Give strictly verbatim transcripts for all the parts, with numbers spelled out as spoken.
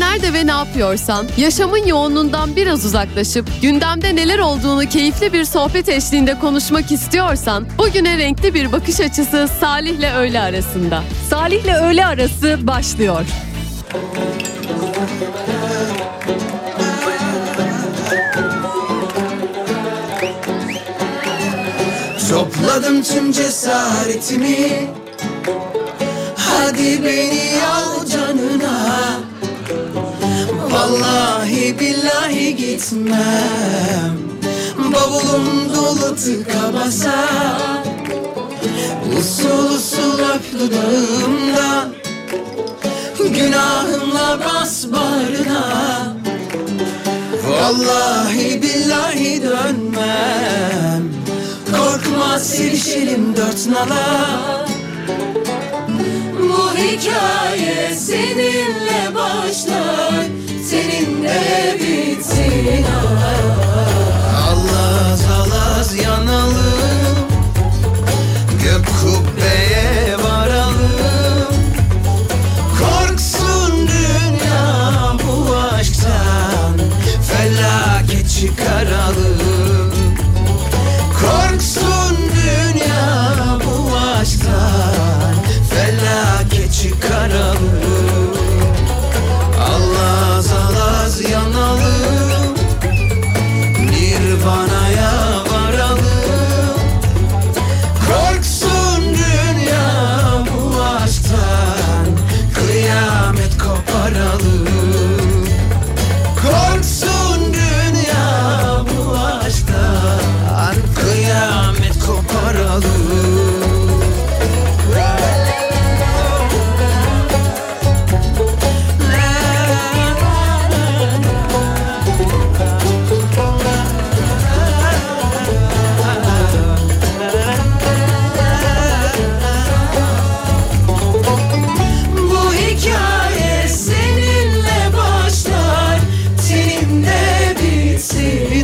nerede ve ne yapıyorsan, yaşamın yoğunluğundan biraz uzaklaşıp gündemde neler olduğunu keyifli bir sohbet eşliğinde konuşmak istiyorsan, bugüne renkli bir bakış açısı Salih'le öğle arasında. Salih'le öğle arası başlıyor. Topladım tüm cesaretimi, hadi beni al canına. Vallahi billahi gitmem, bavulum dolu tıka basa. Usul usul öp dudağımdan, günahımla bas bağrına. Vallahi billahi dönmem, korkma sevişelim dört nala. Bu hikaye seninle başlar, seninle bitsin. Allaz allaz yanalım, gök kubbeye varalım. Korksun dünya bu aşktan, felaket çıkaralım. Korksun dünya bu aşktan, felaket çıkaralım. Allaz allaz yanalım, nirvanaya varalım. Korksun dünya bu aşktan, kıyamet koparalım. Korksun dünya bu aşktan, kıyamet koparalım. Bu hikaye seninle başlar, teninde bitsin.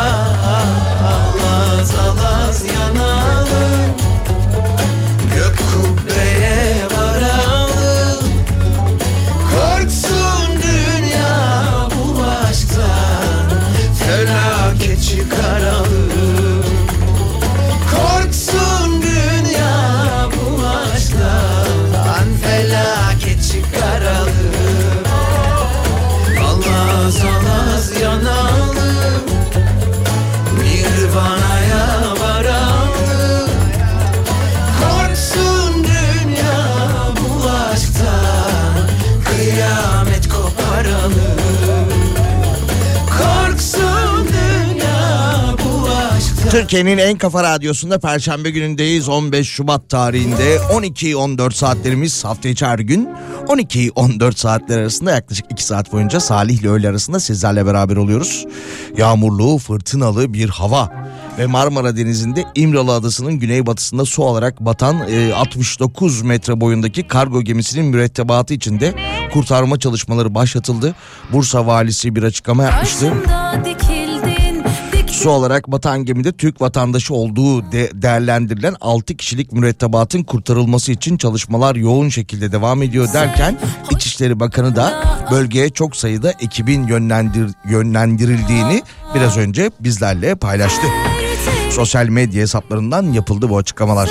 Allaz allaz yanalım, gök kubbeye varalım. Korksun dünya bu aşktan, felaket çıkaralım. Korksun dünya bu aşktan, felaket çıkaralım. Allaz allaz yanalım, nirvanaya varalım. Korksun dünya bu aşktan, kıyamet koparalım. Korksun dünya bu aşktan. Türkiye'nin en kafa radyosunda Perşembe günündeyiz. on beş Şubat tarihinde on iki on dört saatlerimiz, hafta içi her gün on iki on dört saatler arasında yaklaşık iki saat boyunca Salih ile öğle arasında sizlerle beraber oluyoruz. Yağmurlu, fırtınalı bir hava ve Marmara Denizi'nde İmralı Adası'nın güneybatısında su olarak batan e, altmış dokuz metre boyundaki kargo gemisinin mürettebatı içinde kurtarma çalışmaları başlatıldı. Bursa valisi bir açıklama yapmıştı. Su olarak batan gemide Türk vatandaşı olduğu de değerlendirilen altı kişilik mürettebatın kurtarılması için çalışmalar yoğun şekilde devam ediyor derken İçişleri Bakanı da bölgeye çok sayıda ekibin yönlendir yönlendirildiğini biraz önce bizlerle paylaştı. Sosyal medya hesaplarından yapıldı bu açıklamalar.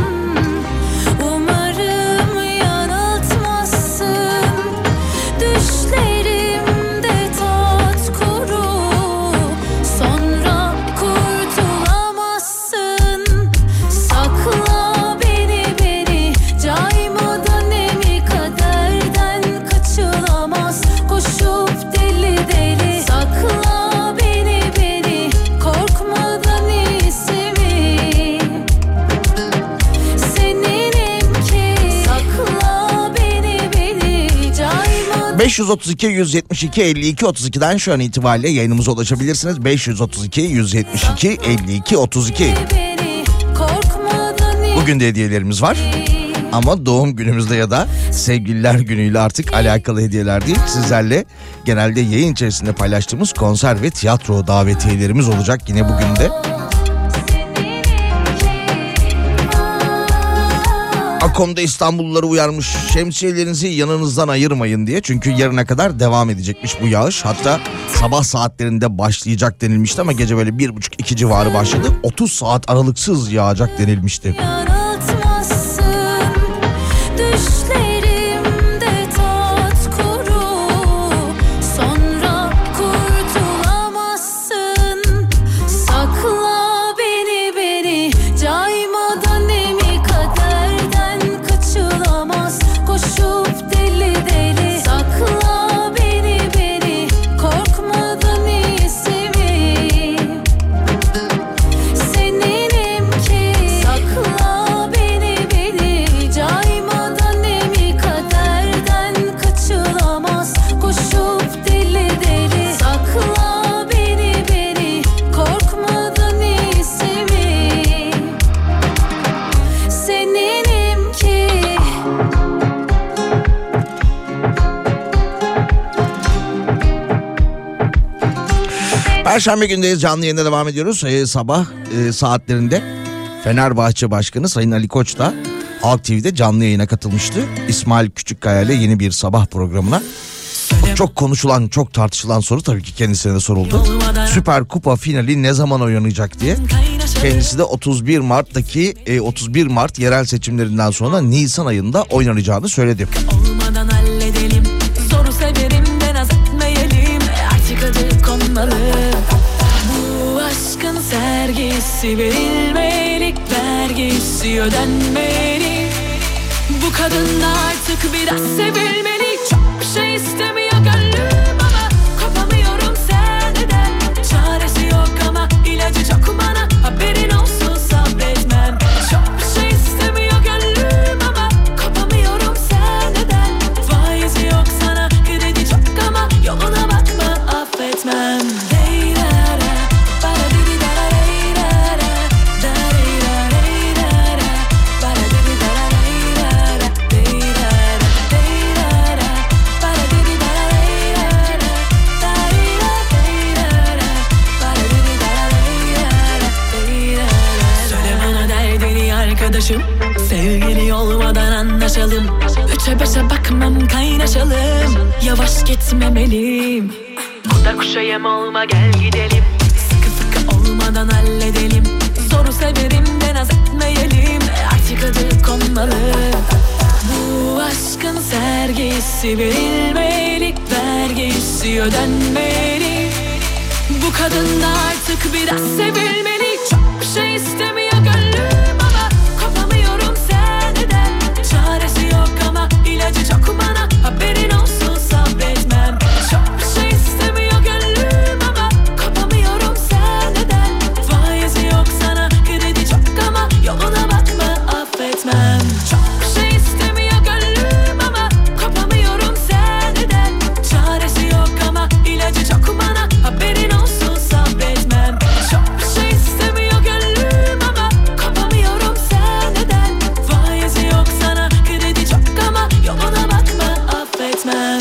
beş yüz otuz iki yüz yetmiş iki elli iki otuz iki'den şu an itibariyle yayınımıza ulaşabilirsiniz. beş yüz otuz iki yüz yetmiş iki elli iki otuz iki. Bugün de hediyelerimiz var. Ama doğum günümüzde ya da sevgililer günüyle artık alakalı hediyeler değil. Sizlerle genelde yayın içerisinde paylaştığımız konser ve tiyatro davetiyelerimiz olacak yine bugün de. konuda İstanbulluları uyarmış. Şemsiyelerinizi yanınızdan ayırmayın diye. Çünkü yarına kadar devam edecekmiş bu yağış. Hatta sabah saatlerinde başlayacak denilmişti ama gece böyle bir buçuk iki civarı başladı. otuz saat aralıksız yağacak denilmişti. Perşembe gündeyiz, canlı yayında devam ediyoruz. Ee, sabah e, saatlerinde Fenerbahçe Başkanı Sayın Ali Koç da Halk T V'de canlı yayına katılmıştı. İsmail Küçükkaya ile yeni bir sabah programına. Çok konuşulan, çok tartışılan soru tabii ki kendisine de soruldu. Süper Kupa finali ne zaman oynanacak diye. Kendisi de otuz bir Mart'taki e, otuz bir Mart yerel seçimlerinden sonra Nisan ayında oynanacağını söyledi. Olmadan halledelim, zoru severim de naz etmeyelim, artık adı konmalı. Bu aşkın sergisi verilmelik, vergisi ödenmeli. Bu kadın artık biraz sevilmeli. Çok şey istemiyor gönlüm ama kopamıyorum senden. Çaresi yok ama ilacı çok bana, haberin olsun sabretmem. Çok şey istemiyor gönlüm ama kopamıyorum senden. Faizi yok sana, kredi çok ama yoluna bakma affetmem. Sevgili olmadan anlaşalım, üçe beşe bakmam kaynaşalım. Yavaş gitmemeliyim, burada kuşa yem olma gel gidelim. Sıkı sıkı olmadan halledelim, zoru severim de naz etmeyelim, artık adı konmalı. Bu aşkın sergisi verilmelik, vergisi ödenmeli. Bu kadın artık biraz sevilmeli. Çok şey istemiyor gönlüm ama kopamıyorum senden. Çaresi yok ama ilacı çok bana, haberin olsun sabretmem. Çok şey istemiyor gönlüm ama kopamıyorum senden. Faizi yok sana, kredi çok ama yoluna bakma affetmem. Çok şey istemiyor gönlüm ama kopamıyorum senden. Çaresi yok ama ilacı çok bana, haberin olsun sabretmem. Çok şey istemiyor gönlüm ama kopamıyorum senden. Faizi yok sana, kredi çok ama yoluna bakma affetmem.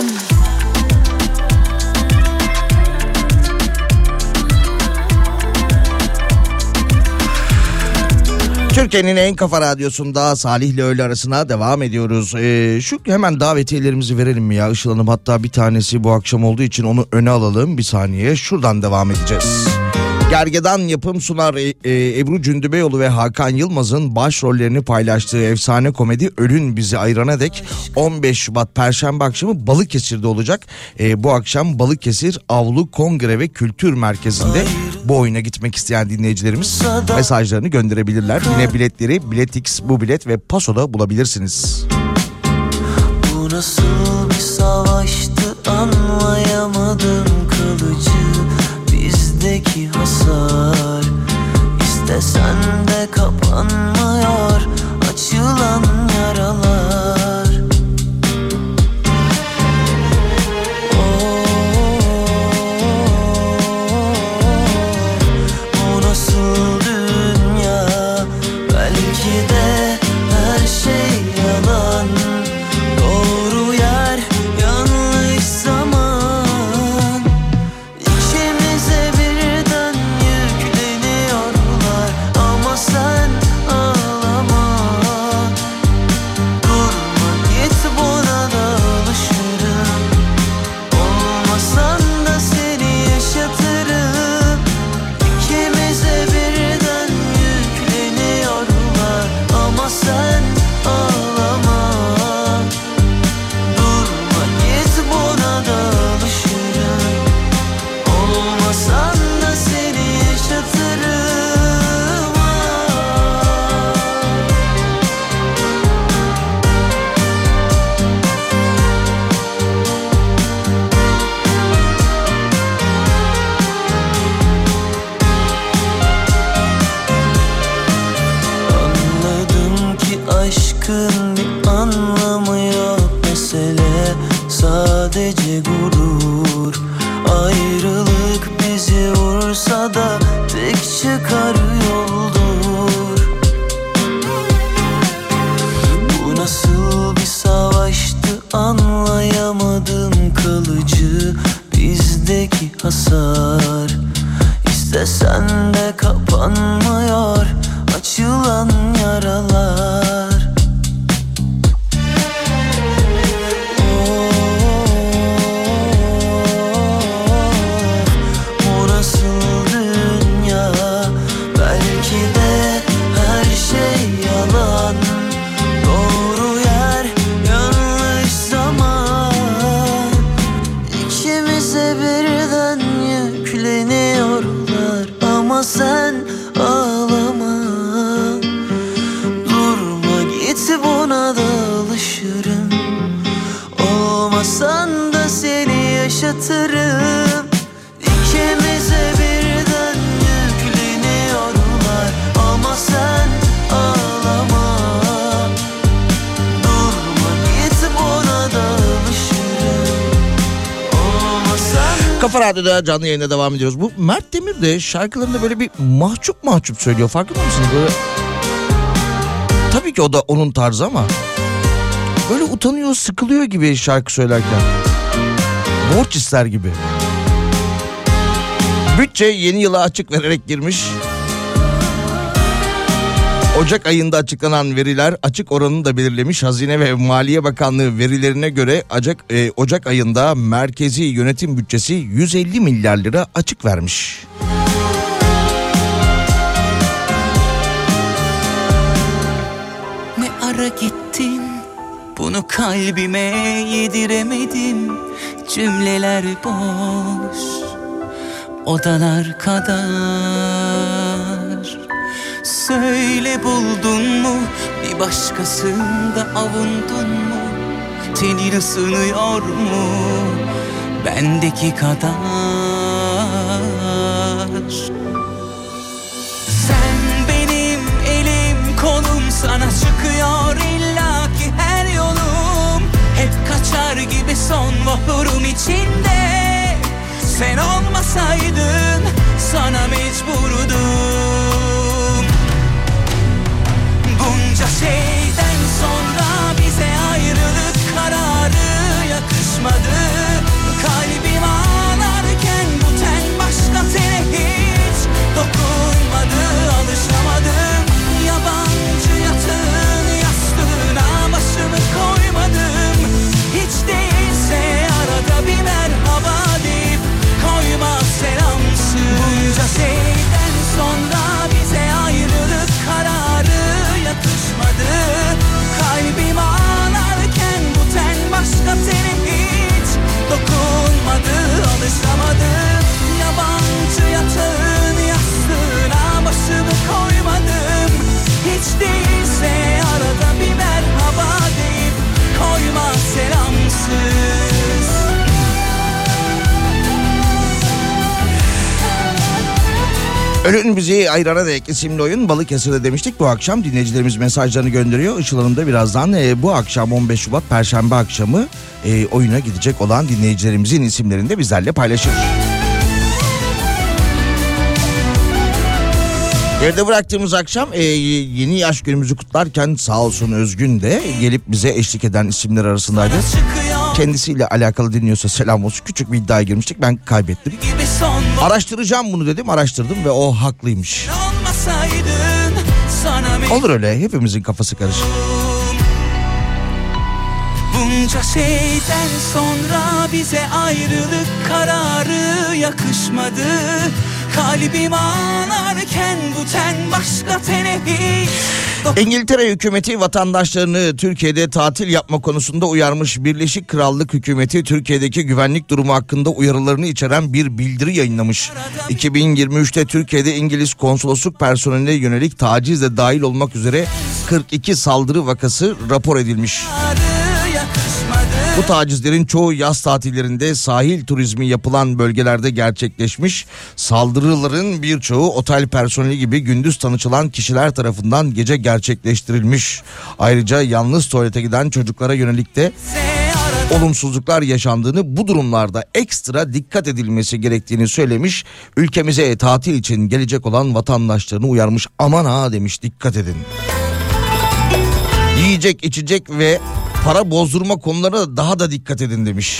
Türkiye'nin en kafa radyosunda Salih ile öğle arasına devam ediyoruz. Ee, şu hemen davetiyelerimizi verelim mi ya Işıl Hanım? Hatta bir tanesi bu akşam olduğu için onu öne alalım bir saniye. Şuradan devam edeceğiz. Gergedan Yapım sunar e, e, Ebru Cündübeyoğlu ve Hakan Yılmaz'ın başrollerini paylaştığı efsane komedi Ölün Bizi Ayırana Dek on beş Şubat Perşembe akşamı Balıkesir'de olacak. E, bu akşam Balıkesir Avlu Kongre ve Kültür Merkezi'nde bu oyuna gitmek isteyen dinleyicilerimiz mesajlarını gönderebilirler. Yine biletleri Biletix, Bu Bilet ve Paso'da bulabilirsiniz. Bu nasıl bir savaştı anlayamadım kılıcı. Bizdeki hasar istesen de kapanmıyor açılan yaralar. Oh, bu nasıl dünya? Belki de her şey yalan. Doğru yer, yanlış zaman. İçimize birden yükleniyorlar ama sen ah yoldur. Ayrılık bizi vursa da tek çıkar yoldur. Bu nasıl bir savaştı anlayamadım, kalıcı bizdeki hasar. İstesen de kapanmıyor açılan yaralar. O nasıl dünya, belki de her şey yalan. Doğru yer, yanlış zaman. İkimize birden yükleniyorlar. Ama sen ağlama, durma git, buna da alışırım. Olmasan da seni yaşatırım. İkimize birden yükleniyorlar. Ama sen ağlama, durma git, buna da alışırım. Olmasan. Kafa Radyo'da canlı yayına devam ediyoruz. Bu Mert Demir de şarkılarında böyle bir mahcup mahcup söylüyor. Farkında mısınız? Böyle... Tabii ki o da onun tarzı ama böyle utanıyor, sıkılıyor gibi şarkı söylerken. Borç ister gibi. Bütçe yeni yıla açık vererek girmiş. Ocak ayında açıklanan veriler açık oranını da belirlemiş. Hazine ve Maliye Bakanlığı verilerine göre Ocak, e, Ocak ayında merkezi yönetim bütçesi yüz elli milyar lira açık vermiş. Ne ara gittin, bunu kalbime yediremedim. Cümleler boş, odalar kadar. Söyle, buldun mu bir başkasında avundun mu? Tenin ısınıyor mu bendeki kadar? Sen benim elim kolum, sana çıkıyor illaki her yolum. Hep kaçar gibi son vapurum içinde. Sen olmasaydın sana mecburdum. Bunca şeyden sonra bize ayrılık kararı yakışmadı. Kalbim ağlarken bu ten başka tene hiç dokunmadı. Alışamadım yabancı yatağın yastığına, başımı koymadım. Hiç değilse arada bir merhaba deyip koyma selamsız. Bunca şeyden sonra bize ayrılık kararı yakışmadı. Kalbim ağlarken bu ten başka tene hiç dokunmadı. Alışamadım yabancı yatağın yastığına, başımı koymadım. Hiç değilse arada bir merhaba deyip koyma selamsız. Ölün bizi ayırana dek isimli oyun Balıkesir'de demiştik. Bu akşam dinleyicilerimiz mesajlarını gönderiyor. Işıl Hanım da birazdan e, bu akşam on beş Şubat Perşembe akşamı e, oyuna gidecek olan dinleyicilerimizin isimlerini de bizlerle paylaşır. Geride bıraktığımız akşam e, yeni yaş günümüzü kutlarken sağ olsun Özgün de gelip bize eşlik eden isimler arasındaydı. Kendisiyle alakalı dinliyorsa selam olsun. Küçük bir iddiaya girmiştik, ben kaybettim. Araştıracağım bunu dedim, araştırdım ve o haklıymış. Olur öyle, hepimizin kafası karışık. Bunca şeyden sonra bize ayrılık kararı yakışmadı. Kalbim ağlarken bu ten başka tene hiç. İngiltere hükümeti vatandaşlarını Türkiye'de tatil yapma konusunda uyarmış. Birleşik Krallık hükümeti Türkiye'deki güvenlik durumu hakkında uyarılarını içeren bir bildiri yayınlamış. iki bin yirmi üçte Türkiye'de İngiliz konsolosluk personeline yönelik taciz de dahil olmak üzere kırk iki saldırı vakası rapor edilmiş. Bu tacizlerin çoğu yaz tatillerinde sahil turizmi yapılan bölgelerde gerçekleşmiş. Saldırıların birçoğu otel personeli gibi gündüz tanışılan kişiler tarafından gece gerçekleştirilmiş. Ayrıca yalnız tuvalete giden çocuklara yönelik de olumsuzluklar yaşandığını, bu durumlarda ekstra dikkat edilmesi gerektiğini söylemiş. Ülkemize tatil için gelecek olan vatandaşlarını uyarmış. Aman ha demiş, dikkat edin. Yiyecek, içecek ve para bozdurma konularına daha da dikkat edin demiş.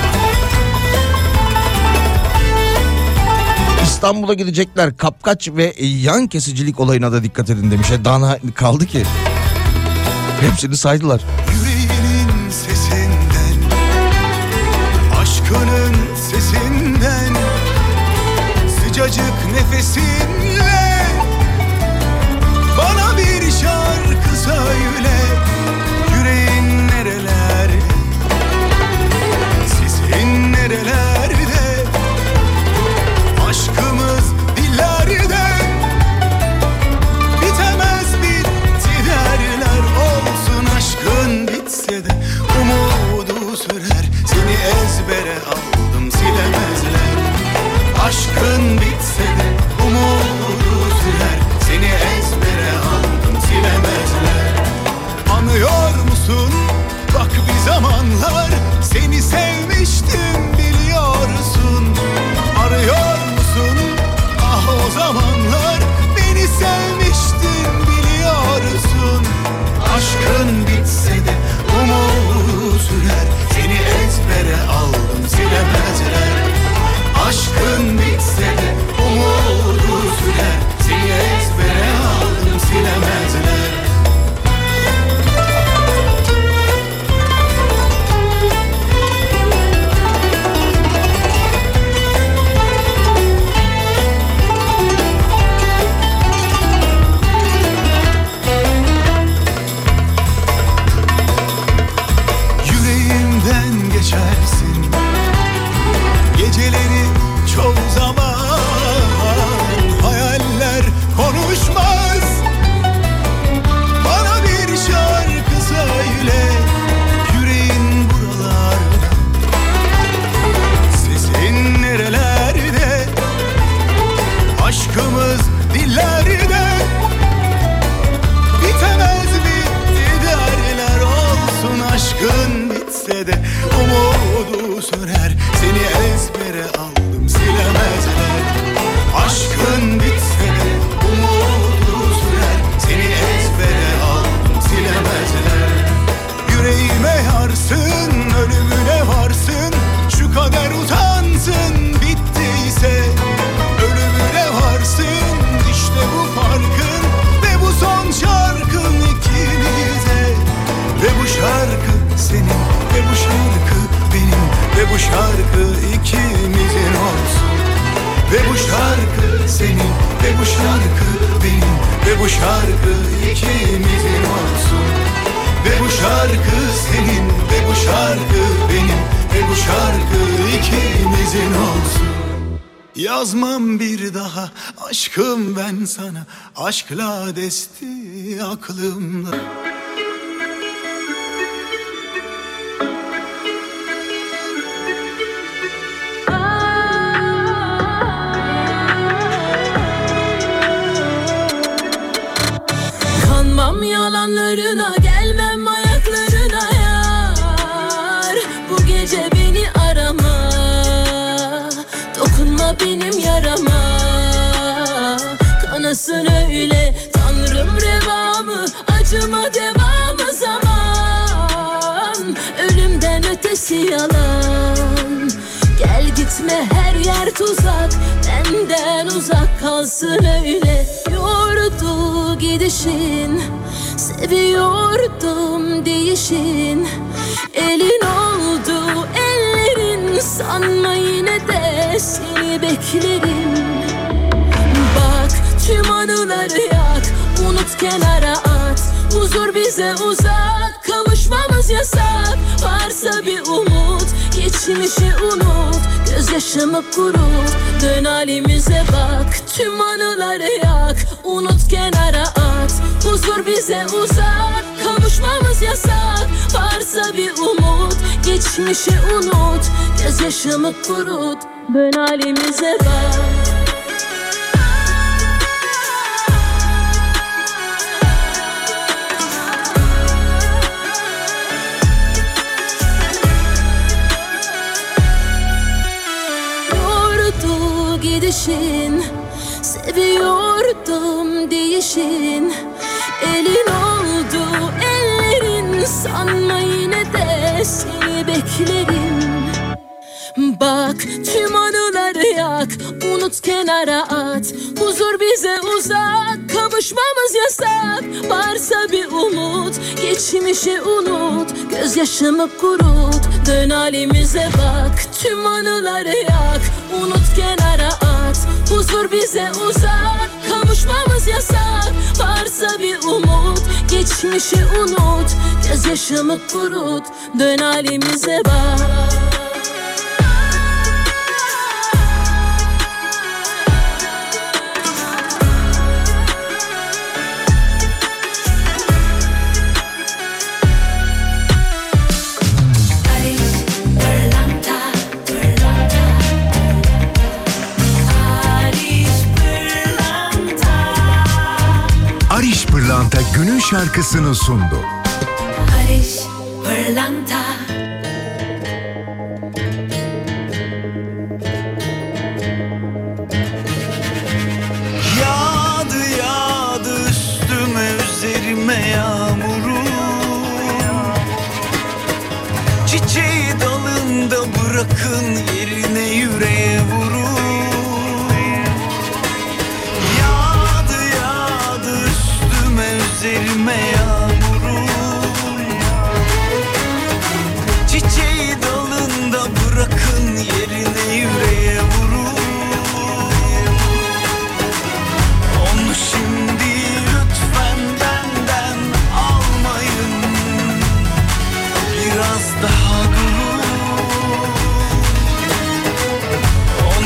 İstanbul'a gidecekler, kapkaç ve yan kesicilik olayına da dikkat edin demiş. E daha ne kaldı ki? Hepsini saydılar. Yüreğinin sesinden, aşkının sesinden, sıcacık nefesinle bana bir şarkı söyle. Yüreğin nerelerde, sesin nerelerde, aşkımız dillerde, bitemez bitti derler. Olsun aşkın bitse de umudu sürer, seni ezbere aldım silemezler. Aşkın bitse de umudu sürer, seni ezbere aldım silemezler. Anıyor musun? Bak bir zamanlar seni sevmiştim biliyorsun. Arıyor musun? Ah o zamanlar beni sevmiştin biliyorsun. Aşkın bitse de umudu sürer, seni ezbere aldım silemezler. Aşkın bitse de umudu sürer, seni ezbere aldım silemezler. Yüreğimden geçersin geceleri çoğu zaman, hayaller konuşmaz. Bana bir şarkı söyle, yüreğin buralarda, sesin nerelerde, aşkımız dillerde, bitemez bitti derler. Olsun aşkın bitse de umudu sürer, seni ezbere aldım silemezler. Aşkın bitse de umudu sürer, seni ezbere aldım silemezler. Yüreğime yarsın, ölümüne varsın, şu kader utansın bittiyse. Ölümüne varsın, işte bu farkın ve bu son şarkın ikimize. Ve bu şarkı senin ve bu şarkı benim, ve bu şarkı ikimizin olsun. Ve bu şarkı senin ve bu şarkı benim, ve bu şarkı ikimizin olsun. Ve bu şarkı senin ve bu şarkı benim, ve bu şarkı ikimizin olsun. Yazmam bir daha aşkım ben sana, aşkla desti aklımda. Kanmam yalanlarına, gelmem ayaklarına yar. Bu gece beni arama, dokunma benim yarama. Kanasın öyle Tanrım revamı, acıma devamı zaman. Ölümden ötesi yalan, gel gitme her yer tuzak. Benden uzak kalsın öyle. Yordu gidişin, seviyordum değişin. Elin oldu ellerin, sanma yine de seni beklerim. Bak tüm anıları yak, unut kenara at. Huzur bize uzak, kavuşmamız yasak. Varsa bir umut, geçmişi unut. Gözyaşımı kurut, dön halimize bak. Tüm anıları yak, unut kenara at. Huzur bize uzak, kavuşmamız yasak. Varsa bir umut, geçmişi unut. Gözyaşımı kurut, dön halimize bak. gelişin, seviyordum değişin. Elin oldu ellerin, sanma yine de seni beklerim. Bak tüm anıları yak, unut kenara at. Huzur bize uzak, kavuşmamız yasak. Varsa bir umut, geçmişi unut. Gözyaşımı kurut, dön halimize bak. Tüm anıları yak, unut kenara at. Huzur bize uzak, kavuşmamız yasak. Varsa bir umut, geçmişi unut. Gözyaşımı kurut, dön halimize bak. Ariş Pırlanta günün şarkısını sundu. Ariş Pırlanta. Yağdı yağdı üstüme üzerime yağmuru. Çiçeği dalında bırakın, yerine yüreğe vurun. Üzerime yağmurun, çiçeği dalında bırakın, yerine yüreğe vurun. Onu şimdi lütfen benden almayın, biraz daha durun.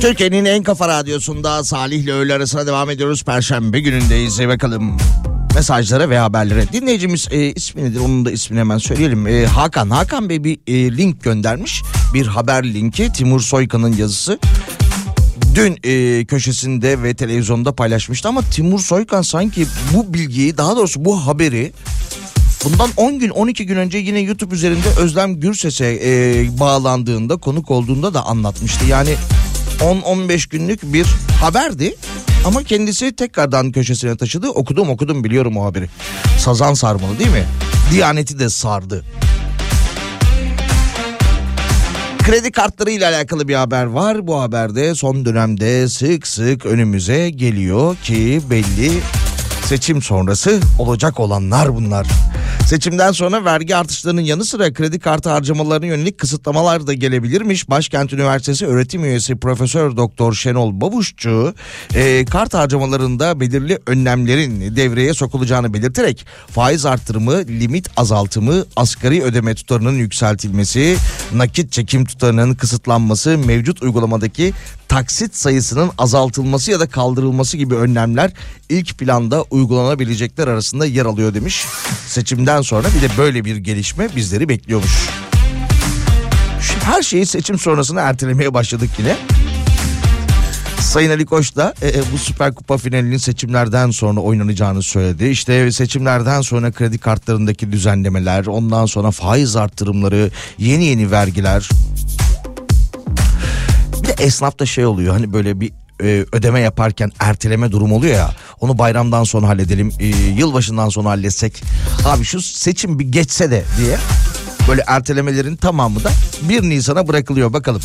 Türkiye'nin en kafa radyosunda Salih'le öğle arasına devam ediyoruz. Perşembe günündeyiz. Bakalım mesajlara ve haberlere. Dinleyicimiz e, ismi nedir? Onun da ismini hemen söyleyelim. E, Hakan. Hakan Bey bir e, link göndermiş. Bir haber linki. Timur Soykan'ın yazısı. Dün e, köşesinde ve televizyonda paylaşmıştı ama Timur Soykan sanki bu bilgiyi, daha doğrusu bu haberi bundan on gün on iki gün önce yine YouTube üzerinde Özlem Gürses'e e, bağlandığında, konuk olduğunda da anlatmıştı. Yani on on beş günlük bir haberdi ama kendisi tekrardan köşesine taşıdı. Okudum okudum biliyorum o haberi. Sazan sarmalı değil mi? Diyaneti de sardı. Kredi kartları ile alakalı bir haber var. Bu haberde son dönemde sık sık önümüze geliyor ki belli seçim sonrası olacak olanlar bunlar. Seçimden sonra vergi artışlarının yanı sıra kredi kartı harcamalarına yönelik kısıtlamalar da gelebilirmiş. Başkent Üniversitesi öğretim üyesi Profesör Doktor Şenol Babuşçu e, kart harcamalarında belirli önlemlerin devreye sokulacağını belirterek faiz artırımı, limit azaltımı, asgari ödeme tutarının yükseltilmesi, nakit çekim tutarının kısıtlanması, mevcut uygulamadaki taksit sayısının azaltılması ya da kaldırılması gibi önlemler ilk planda uygulanabilecekler arasında yer alıyor demiş. Seçimden sonra bir de böyle bir gelişme bizleri bekliyormuş. Her şeyi seçim sonrasına ertelemeye başladık yine. Sayın Ali Koç da e, bu Süper Kupa finalinin seçimlerden sonra oynanacağını söyledi. İşte seçimlerden sonra kredi kartlarındaki düzenlemeler, ondan sonra faiz artırımları, yeni yeni vergiler. Bir de esnafta şey oluyor, hani böyle bir e, ödeme yaparken erteleme durum oluyor ya. Onu bayramdan sonra halledelim, e, yılbaşından sonra halletsek. Abi şu seçim bir geçse de diye böyle ertelemelerin tamamı da bir Nisan'a bırakılıyor, bakalım.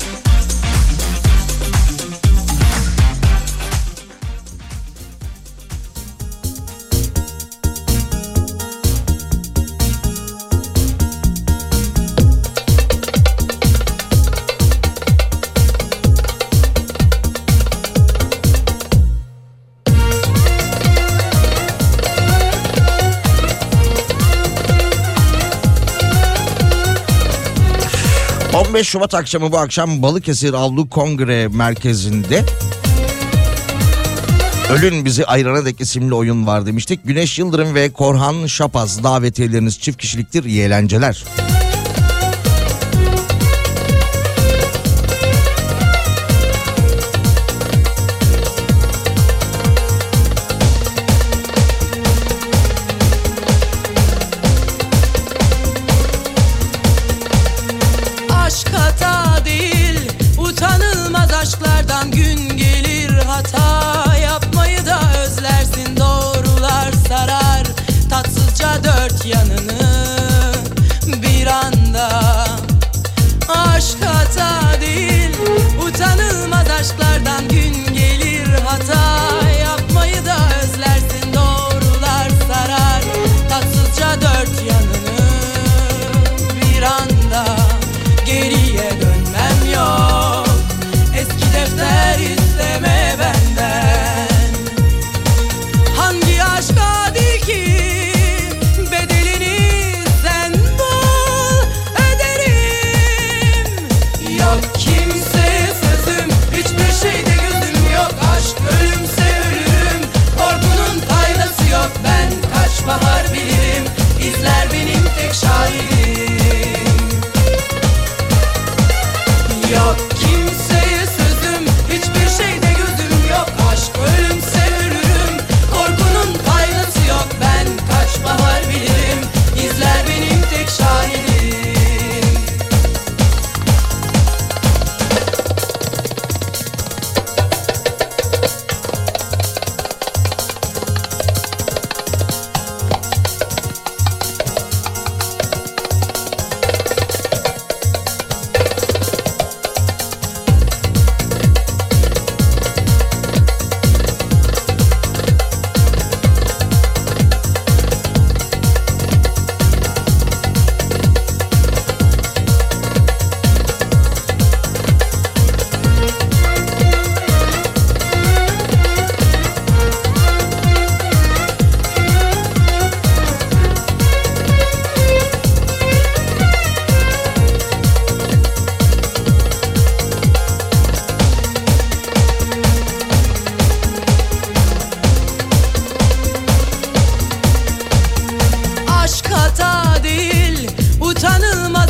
on beş Şubat akşamı bu akşam Balıkesir Avlu Kongre Merkezi'nde Ölün Bizi Ayırana Dek isimli oyun var demiştik. Güneş Yıldırım ve Korhan Şapaz, davetiyeleriniz çift kişiliktir, iyi eğlenceler. Aşklardan gün gelir, hata yapmayı da özlersin. Doğrular sarar tatsızca dört yanını. Bir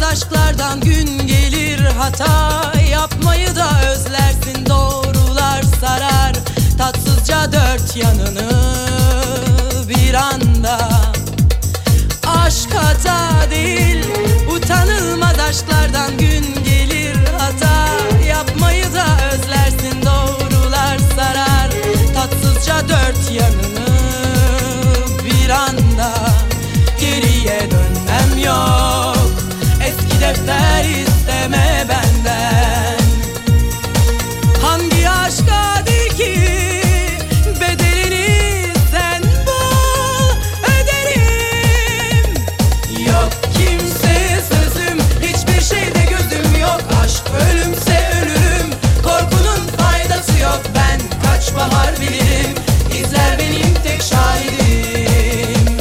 aşklardan gün gelir, hata yapmayı da özlersin. Doğrular sarar tatsızca dört yanını bir anda. Aşk hata değil, utanılmaz aşklardan gün gelir, hata yapmayı da özlersin. Doğrular sarar tatsızca dört yanını bir anda. Geriye dönmem yok, eski defter isteme benden. Hangi aşka değil ki bedelini sen bul öderim. Yok kimseye sözüm, hiçbir şeyde gözüm yok. Aşk ölümse ölürüm, korkunun faydası yok. Ben kaç bahar bilirim, izler benim tek şahidim.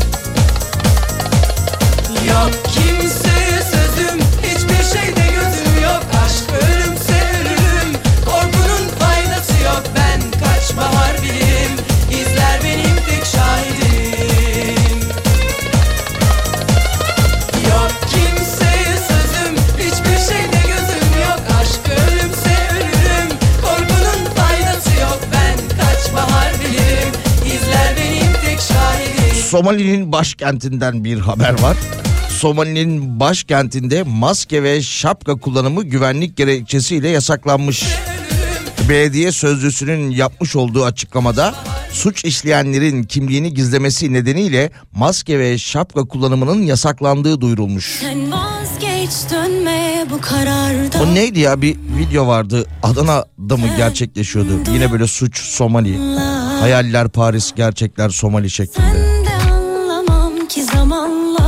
Yok kimseye sözüm, hiçbir şeyde gözüm yok. Aşk ölümse ölürüm, korkunun faydası yok. Ben kaç bahar bilirim, izler benim tek şahidim. Yok kimseye sözüm, hiçbir şeyde gözüm yok. Aşk ölümse ölürüm, korkunun faydası yok. Ben kaç bahar bilirim, izler benim tek şahidim. Somali'nin başkentinden bir haber var. Somali'nin başkentinde maske ve şapka kullanımı güvenlik gerekçesiyle yasaklanmış. Belediye sözcüsünün yapmış olduğu açıklamada suç işleyenlerin kimliğini gizlemesi nedeniyle maske ve şapka kullanımının yasaklandığı duyurulmuş. Sen vazgeç, dönme bu karardan. O neydi ya, bir video vardı, Adana'da mı gerçekleşiyordu? Yine böyle suç Somali. Hayaller Paris, gerçekler Somali şeklinde. Sen de anlamam ki zamanla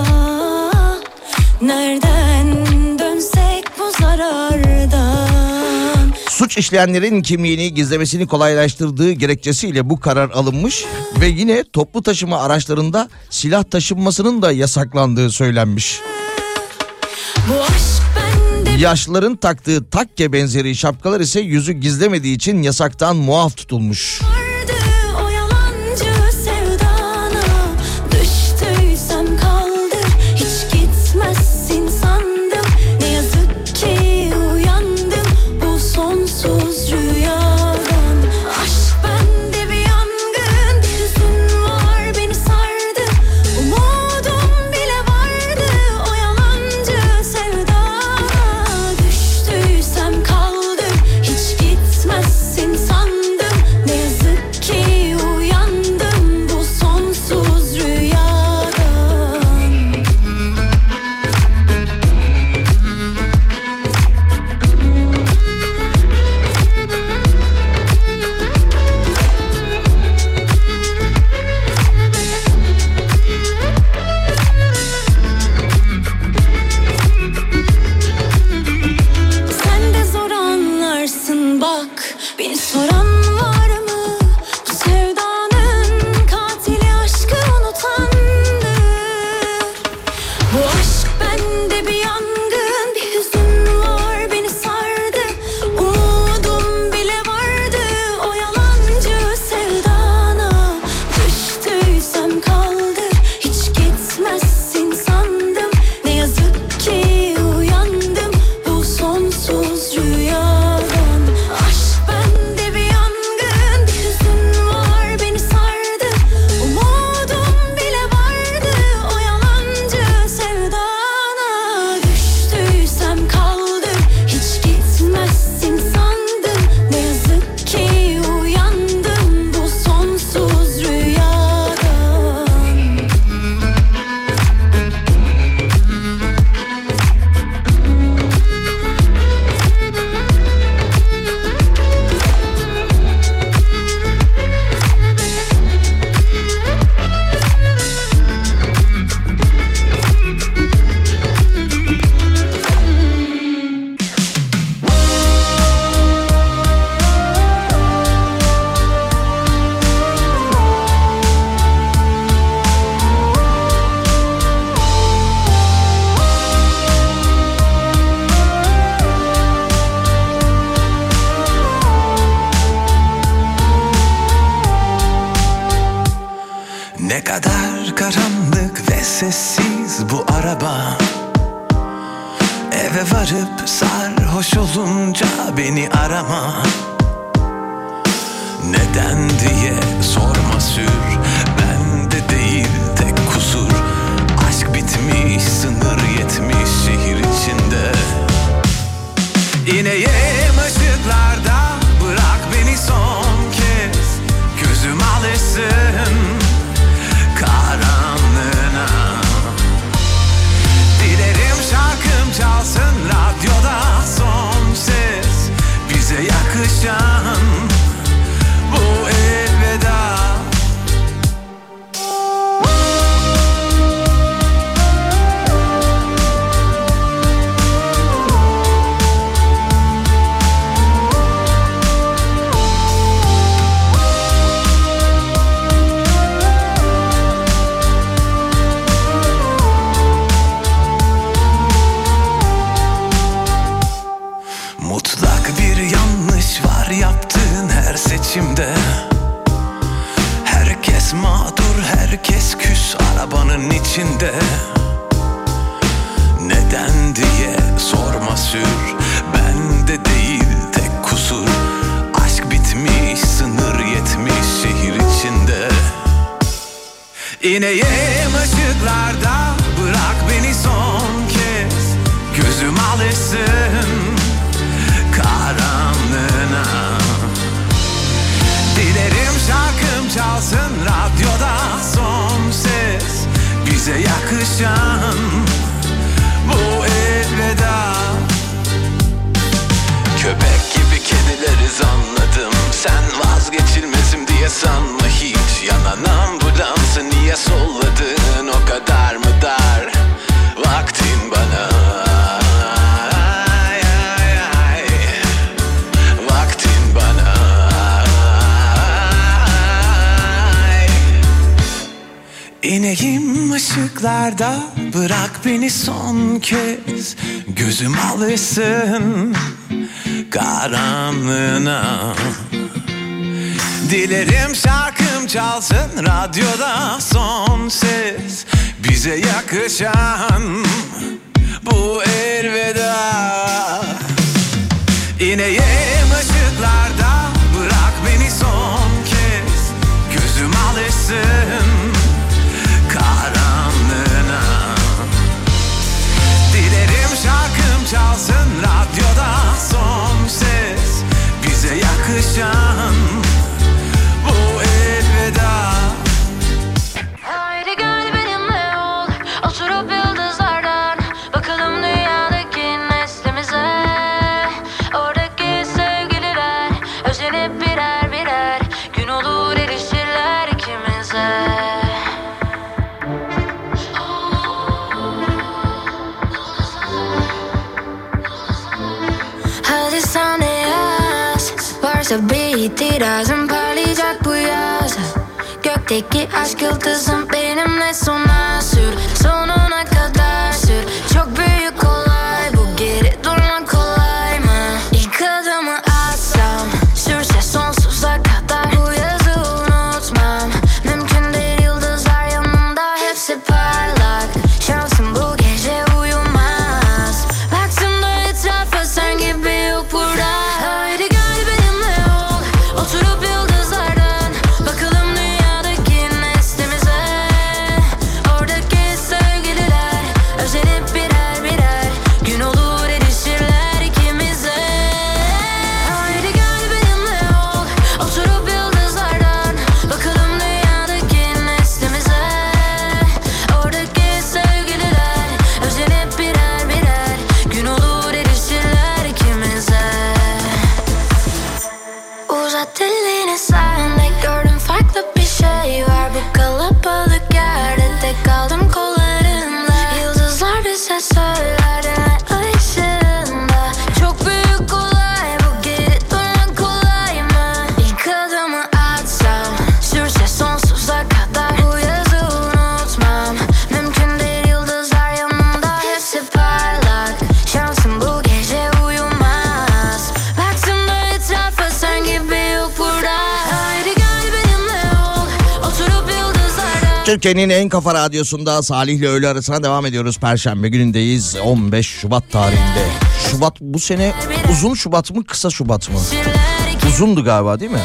nereden dönsek bu zarardan. Suç işleyenlerin kimliğini gizlemesini kolaylaştırdığı gerekçesiyle bu karar alınmış ve yine toplu taşıma araçlarında silah taşınmasının da yasaklandığı söylenmiş. Bu aşk bende Yaşlıların taktığı takke benzeri şapkalar ise yüzü gizlemediği için yasaktan muaf tutulmuş. vardı, o yalancı sevdana düştüysem kaldır, hiç gitmezsin sandım. Ne yazık ki uyandım bu sonsuz rüyadan. Aşk bende bir yangın, bir hüzün var beni sardı. Umudum bile vardı, o yalancı sevdana düştüysem kaldır, hiç gitmezsin sandım. Ne yazık ki uyandım bu sonsuz rüyadan. Sen de zor anlarsın bak, beni soran var mı? Bu sevdanın katili aşkı unutandı. Bu aşk bende bir yangın, bir hüzün var beni sardı. Umudum bile vardı, o yalancı sevdana düştüysem kaldır, hiç gitmezsin sandım. Ne yazık ki uyandım bu sonsuz rüyadan. Aşk bende bir yangın, bir hüzün var beni sardı. Umudum bile vardı, o yalancı sevdana düştüysem kaldır, hiç gitmezsin sandım. Ne yazık ki uyandım bu sonsuz rüyadan. Ne kadar karanlık ve sessiz bu araba. Eve varıp sarhoş olunca beni arama. Neden diye sorma sür. Bende değil tek kusur. Aşk bitmiş, sınır yetmiş şehir içinde. İneyim ışıklarda, bırak beni son kez. Gözüm alışsın karanlığına. Dilerim şarkım çalsın radyoda son ses. Bize yakışan bu elveda. Mutlak bir yanlış var yaptığın her seçimde. Herkes mağdur, herkes küs arabanın içinde. Neden diye sorma sür. Bende değil tek kusur. Aşk bitmiş, sınır yetmiş şehir içinde. İneyim ışıklarda, bırak beni son kez. Gözüm alışsın karanlığına. Dilerim şarkım çalsın radyoda son ses. Bize yakışan bu elveda. Köpek gibi kedileriz anladım. Sen vazgeçilmezim diye sanma hiç. Yanan ambulansı niye solladın, o kadar mı dar vaktin bana? İneyim ışıklarda, bırak beni son kez. Gözüm alışsın karanlığına. Dilerim şarkım çalsın radyoda son ses. Bize yakışan bu elveda. İneyim ışıklarda, bırak beni son kez. Gözüm alışsın karanlığına. Dilerim şarkım çalsın radyoda son ses. Bize yakışan bu elveda. Haydi gel benimle ol, oturup yıldızlardan bakalım dünyadaki neslimize. Oradaki sevgililer özenip birer birer gün olur erişirler ikimize. Hadi sen de yaz, varsa bir itirazın parlayacak bu yaz. Gökteki aşk yıldızım benimle sona sür, sonuna kadar sür. Çok büyük olay bu, geri durmak kolay mı? İlk adımı atsam, sürse sonsuza kadar bu yazı unutmam. Mümkün değil, yıldızlar yanımda hepsi parlak. Şansım bu gece uyumaz. Baktım da etrafa, sen gibi yok burada. Haydi gel benimle ol, oturup yıldızlardan bakalım dünyadaki neslimize. Türkiye'nin en kafa radyosunda Salih ile öğle arasına devam ediyoruz. Perşembe günündeyiz, on beş Şubat tarihinde. Şubat bu sene uzun Şubat mı kısa Şubat mı? Uzundu galiba değil mi?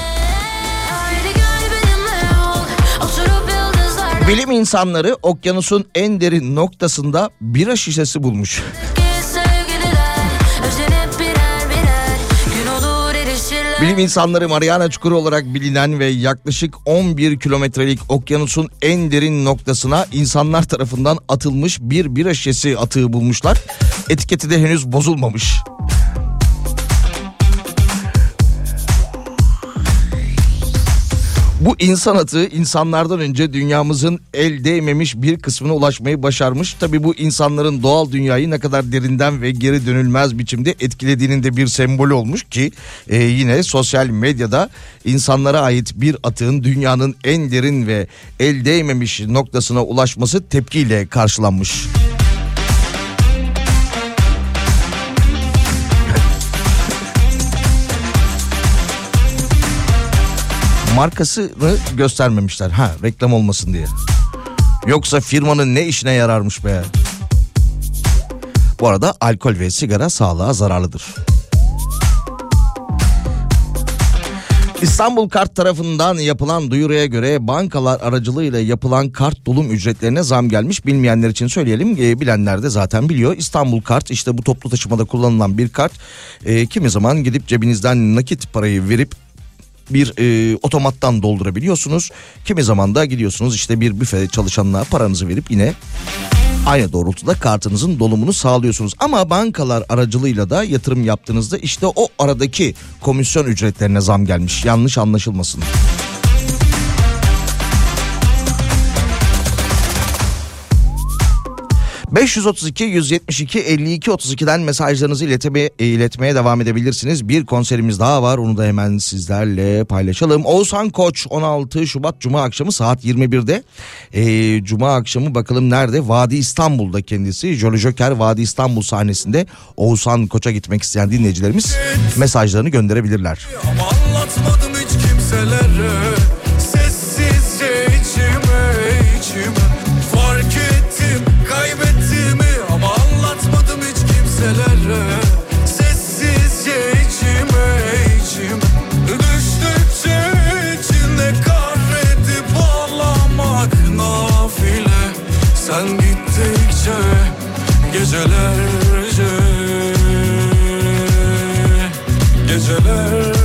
Bilim insanları okyanusun en derin noktasında bira şişesi bulmuş. Bilim insanları Mariana Çukuru olarak bilinen ve yaklaşık on bir kilometrelik okyanusun en derin noktasına insanlar tarafından atılmış bir bira şişesi atığı bulmuşlar. Etiketi de henüz bozulmamış. Bu insan atığı insanlardan önce dünyamızın el değmemiş bir kısmına ulaşmayı başarmış. Tabii bu insanların doğal dünyayı ne kadar derinden ve geri dönülmez biçimde etkilediğinin de bir sembolü olmuş ki e, yine sosyal medyada insanlara ait bir atığın dünyanın en derin ve el değmemiş noktasına ulaşması tepkiyle karşılanmış. Markasını göstermemişler. Ha, reklam olmasın diye. Yoksa firmanın ne işine yararmış be. Bu arada alkol ve sigara sağlığa zararlıdır. İstanbul Kart tarafından yapılan duyuruya göre bankalar aracılığıyla yapılan kart dolum ücretlerine zam gelmiş. Bilmeyenler için söyleyelim, e, bilenler de zaten biliyor. İstanbul Kart işte bu toplu taşımada kullanılan bir kart. E, kimi zaman gidip cebinizden nakit parayı verip bir e, otomattan doldurabiliyorsunuz. Kimi zaman da gidiyorsunuz işte bir büfe çalışanına paranızı verip yine aynı doğrultuda kartınızın dolumunu sağlıyorsunuz. Ama bankalar aracılığıyla da yatırım yaptığınızda işte o aradaki komisyon ücretlerine zam gelmiş. Yanlış anlaşılmasın. beş yüz otuz iki yüz yetmiş iki elli iki otuz iki'den mesajlarınızı iletmeye, iletmeye devam edebilirsiniz. Bir konserimiz daha var, onu da hemen sizlerle paylaşalım. Oğuzhan Koç on altı Şubat Cuma akşamı saat yirmi bir'de. Ee, Cuma akşamı bakalım nerede? Vadi İstanbul'da kendisi. Jolly Joker Vadi İstanbul sahnesinde Oğuzhan Koç'a gitmek isteyen dinleyicilerimiz mesajlarını gönderebilirler. Ama anlatmadım hiç kimselere, sessizce içime içime fark ettim kaybettiğimi, ama anlatmadım hiç kimselere, sessizce içime içime düştükçe içinde kahredip ağlamak nafile, sen gittikçe gecelerce gecelerce.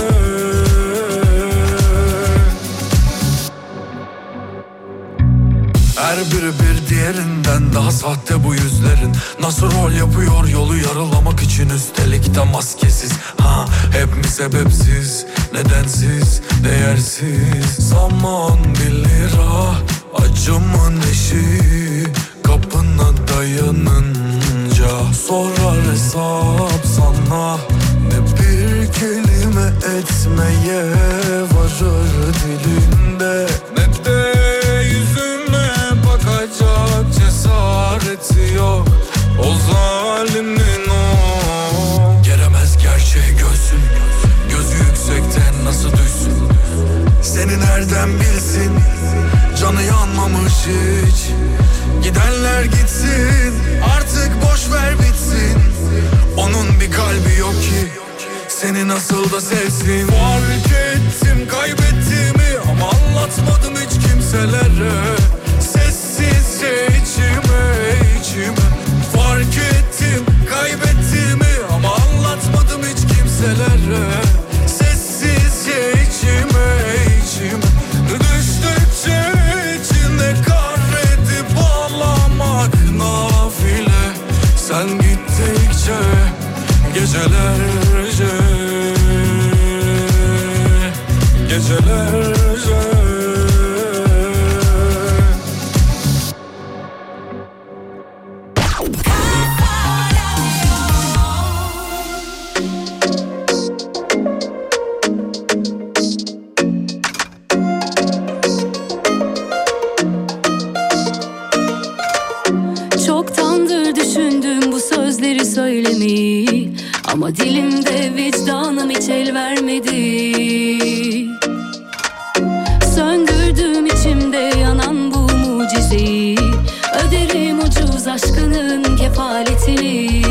Her biri bir diğerinden daha sahte bu yüzlerin. Nasıl rol yapıyor yolu yarılamak için, üstelik de maskesiz. Ha, hep mi sebepsiz, nedensiz, değersiz. Zaman bir lira, acımın eşi, kapına dayanınca sorar hesap sana. Ne bir kelime etmeye varır dilinde, ne de yüzüme bakacak cesareti yok o zalimin o. Gelemez gerçeğe gözün, gözü yüksekten nasıl düşsün, seni nereden bilsin, canı yanmamış hiç. Gidenler gitsin, artık boş ver bitsin, onun bir kalbi yok ki seni nasıl da sevsin. Fark ettim kaybettiğimi, ama anlatmadım hiç kimselere, sessizce içime içime fark ettim kaybettiğimi, ama anlatmadım hiç kimselere, sessizce içime içime düştükçe içinde kahredip ağlamak nafile, sen gittikçe gecelerce gecelerce. Çoktandır düşündüm bu sözleri söylemeyi, ama dilimde vicdanım hiç el vermedi. Söndürdüm içimde yanan bu kimseyi. Öderim ucuz aşkının kefaletini.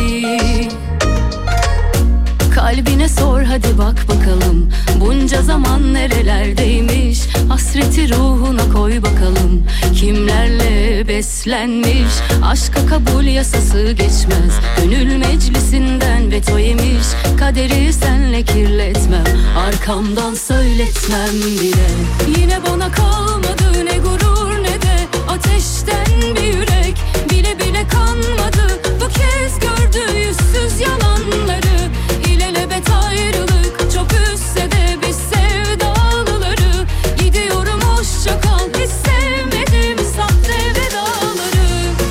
Kalbine sor hadi bak bakalım, bunca zaman nerelerdeymiş. Hasreti ruhuna koy bakalım, kimlerle beslenmiş. Aşka kabul yasası geçmez, gönül meclisinden veto yemiş. Kaderi senle kirletmem, arkamdan söyletmem bile. Yine bana kalmadı ne gurur ne de ateşten bir yürek. Bile bile kanmadı, bu kez gördü yüzsüz yalanları. İlelebet ayrılık çok üstse de biz sevdalıları. Gidiyorum hoşça kal, hiç sevmedim sahte vedaları.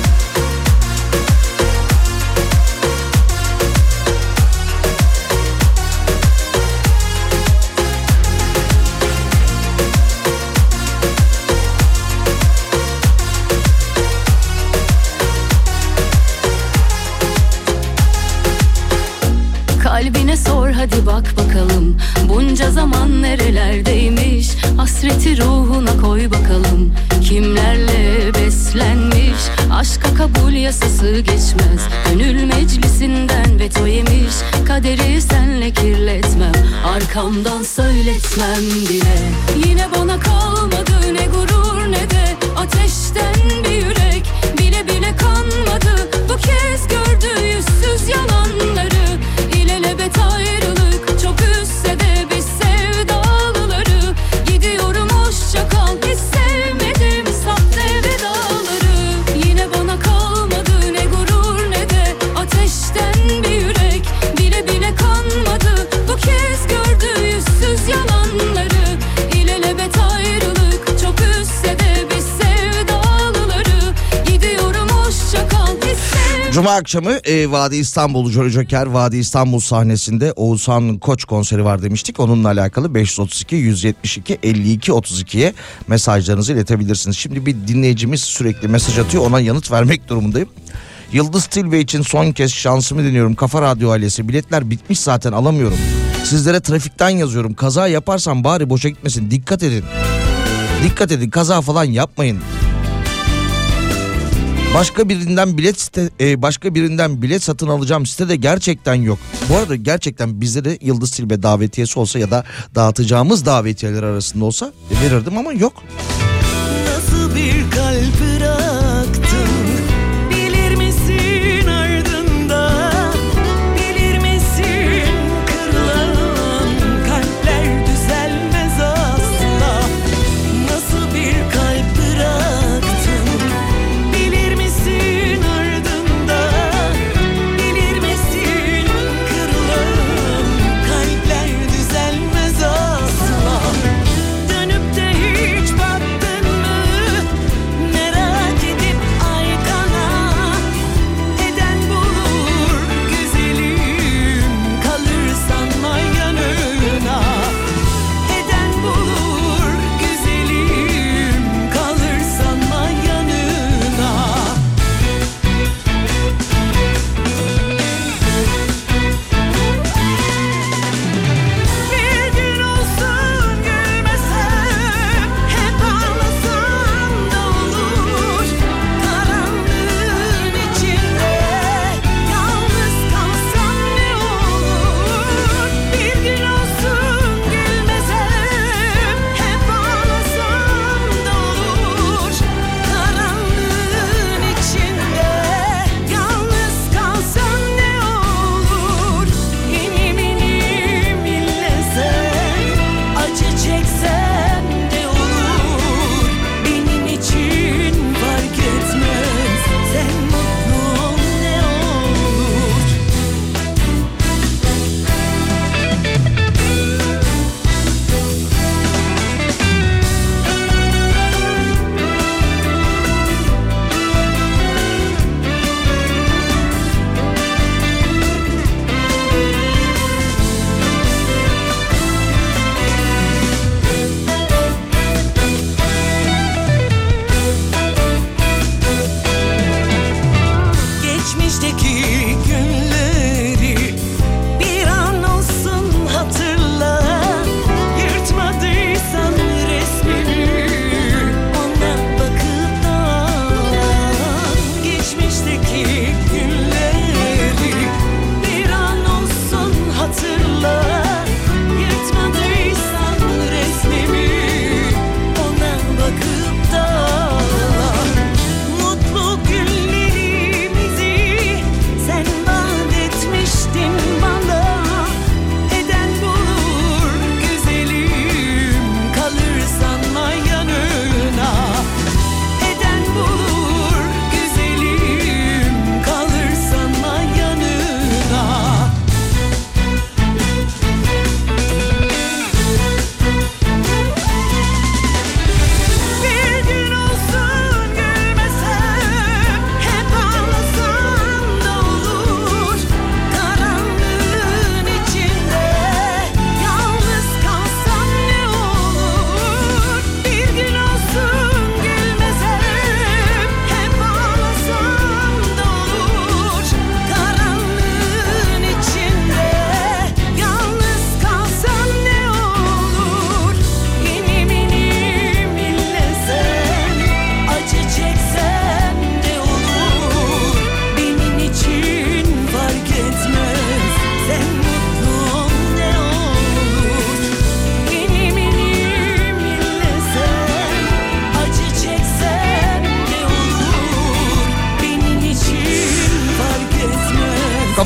Kalbine sor hadi bak bakalım, bunca zaman nerelerdeymiş. Hasreti ruhuna koy bakalım, kimlerle beslenmiş. Aşka kabul yasası geçmez, gönül meclisinden veto yemiş. Kaderi senle kirletmem, arkamdan söyletmem bile. Yine bana kalmadı ne gurur ne de ateşten bir yürek. Bile bile kanmadı, bu kez gördü yüzsüz yalanları. İlelebet ayrılık çok üstse de biz sevdalıları. Gidiyorum hoşça kal, hiç sevmedim sahte vedaları. Yine bana kalmadı ne gurur ne de ateşten bir yürek. Bile bile kanmadı, bu kez gördü yüzsüz yalanları. İlelebet ayrılık çok üstse de biz sevdalıları. Gidiyorum hoşça kal, hiç sevmedim. Cuma akşamı e, Vadi İstanbul Joker Vadi İstanbul sahnesinde Oğuzhan Koç konseri var demiştik. Onunla alakalı beş yüz otuz iki yüz yetmiş iki elli iki otuz ikiye mesajlarınızı iletebilirsiniz. Şimdi bir dinleyicimiz sürekli mesaj atıyor, ona yanıt vermek durumundayım. Yıldız Tilbe için son kez şansımı deniyorum. Kafa Radyo ailesi, biletler bitmiş zaten, alamıyorum. Sizlere trafikten yazıyorum. Kaza yaparsam bari boşa gitmesin. Dikkat edin. Dikkat edin, kaza falan yapmayın. Başka birinden bilet site, e, başka birinden bilet satın alacağım sitede gerçekten yok. Bu arada gerçekten bizde de Yıldız Tilbe davetiyesi olsa ya da dağıtacağımız davetiyeler arasında olsa verirdim ama yok. Nasıl bir kalp bıraktın, bilir misin ardında? Bilir misin kırılan kalpler düzelmez asla. Nasıl bir kalp bıraktın, bilir misin ardında? Bilir misin kırılan kalpler düzelmez asla. Dönüp de hiç baktın mı? Merak edip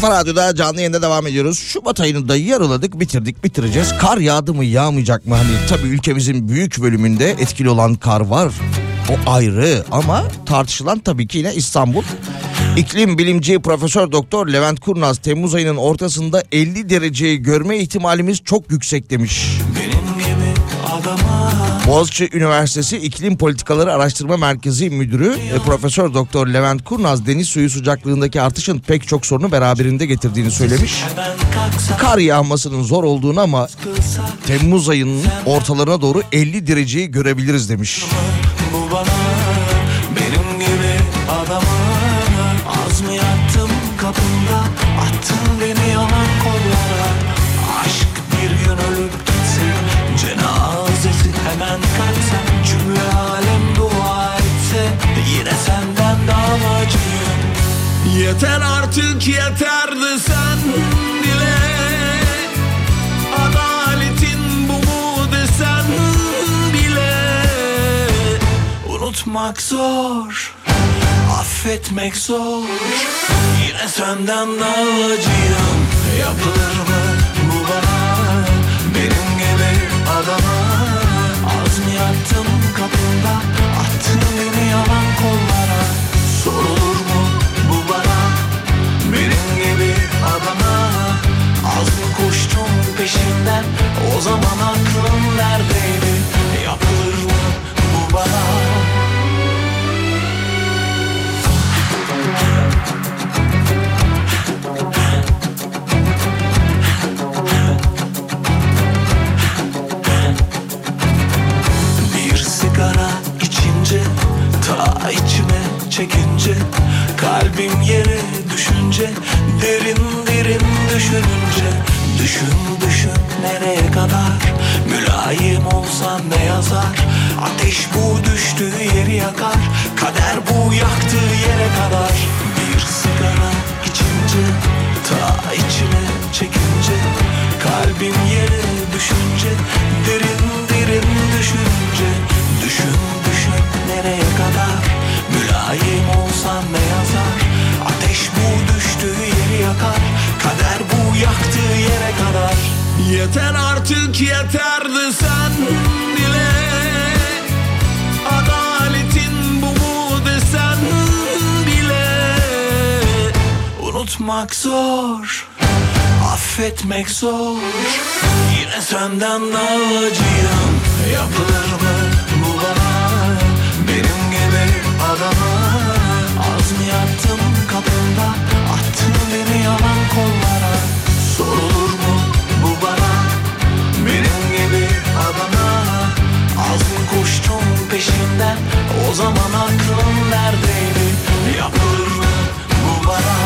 Kafa Radyo'da canlı yayında devam ediyoruz. Şubat ayını da yarıladık, bitirdik, bitireceğiz. Kar yağdı mı, yağmayacak mı? Hani tabii ülkemizin büyük bölümünde etkili olan kar var. O ayrı ama tartışılan tabii ki yine İstanbul. İklim bilimci Profesör Doktor Levent Kurnaz Temmuz ayının ortasında elli dereceyi görme ihtimalimiz çok yüksek demiş. Boğaziçi Üniversitesi İklim Politikaları Araştırma Merkezi Müdürü Profesör Doktor Levent Kurnaz deniz suyu sıcaklığındaki artışın pek çok sorunu beraberinde getirdiğini söylemiş. Kar yağmasının zor olduğunu ama Temmuz ayının ortalarına doğru elli dereceyi görebiliriz demiş. Bu bana benim gibi adamı az mı yattım kapında, attın beni yalan kollara. Aşk bir gün ölüp gitse, cenazesi hemen kalksa, cümle alem dua etse, yine senden davacıyım. Yeter artık yeterdi sen dile, adaletin bu mu desen bile. Unutmak zor, affetmek zor, yine senden davacıyım. Yapılır mı bu bana, benim gibi adama? Az mı yattım kapında, attın beni yalan kollara. Sorulur mu bu bana, benim gibi adama? Az mı koştum peşinden, o zaman aklım neredeydi? Yapılır mı bu bana? Bir sigara içince, ta içime çekince, kalbim yere düşünce, derin derin düşününce, düşün düşün nereye kadar, mülayim olsan ne yazar, ateş bu düştüğü yeri yakar, kader bu yaktığı yere kadar. Bir sigara içince, ta içime çekince, kalbim yere düşünce, derin derin düşünce, düşün düşün nereye kadar, mülayim olsan ne yazar, ateş bu düştüğü yeri yakar, kader bu yaktığı yere kadar. Yeter artık yeterdi sen dile, adaletin bu mu desen bile. Unutmak zor, affetmek zor, yine senden davacıyım. Yapılır mı bu bana, benim gibi adama? Az mı yattım kapında, attın beni yalan kollara. Sorulur mu bu bana, benim gibi adama? Az mı koştum peşinden, o zaman aklım neredeydi? Yapılır mı bu bana?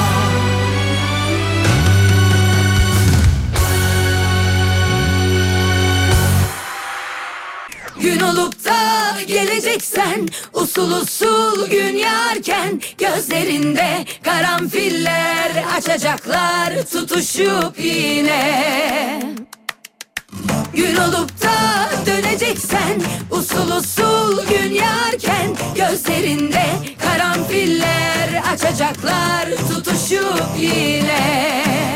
Gün olup da geleceksen, usul usul gün yağarken, gözlerinde karanfiller açacaklar tutuşup yine. Gün olup da döneceksen, usul usul gün yağarken, gözlerinde karanfiller açacaklar tutuşup yine.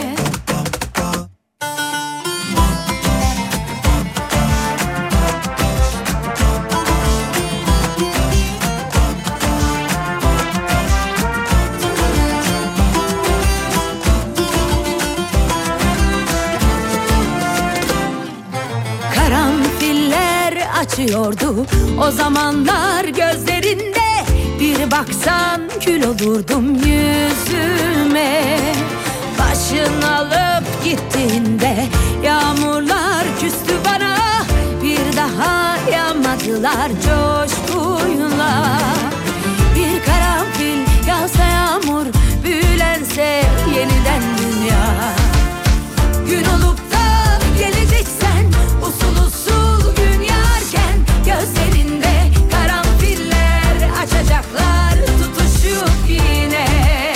Açıyordu o zamanlar gözlerinde, bir baksan kül olurdum yüzüme. Başın alıp gittiğinde yağmurlar küstü bana, bir daha yağmadılar coşkuyla. Bir karanfil yağsa yağmur, büyülense yeniden dünya. Gün olup da geleceksen, usul usul gün yağarken, gözlerinde karanfiller açacaklar tutuşup yine.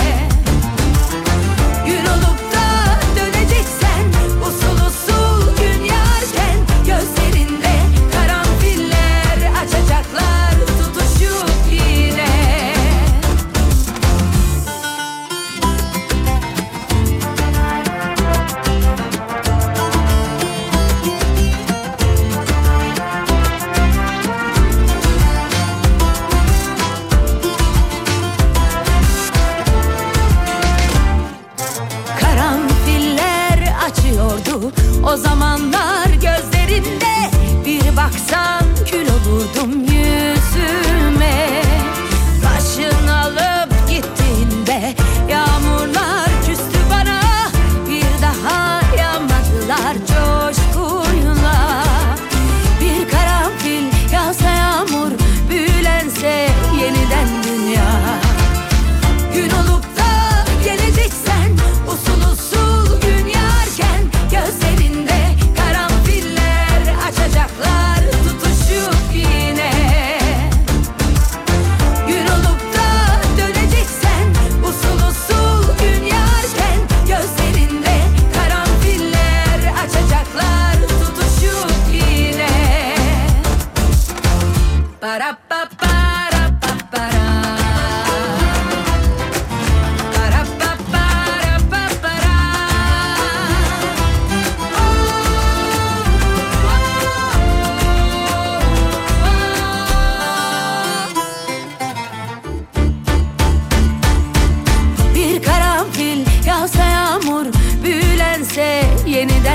Gün olup da döneceksen, usul usul gün yağarken, gözlerinde karanfiller açacaklar tutuşup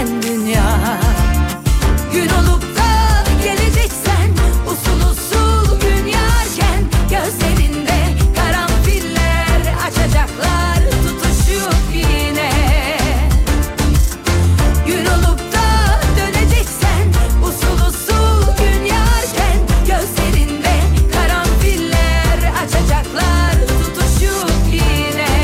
sen dünya. Gün olup da geleceksen usul usul gün yarken gözlerinde karanfiller açacaklar tutuşup yine. Gün olup da döneceksen usul usul gün yarken gözlerinde karanfiller açacaklar tutuşup yine.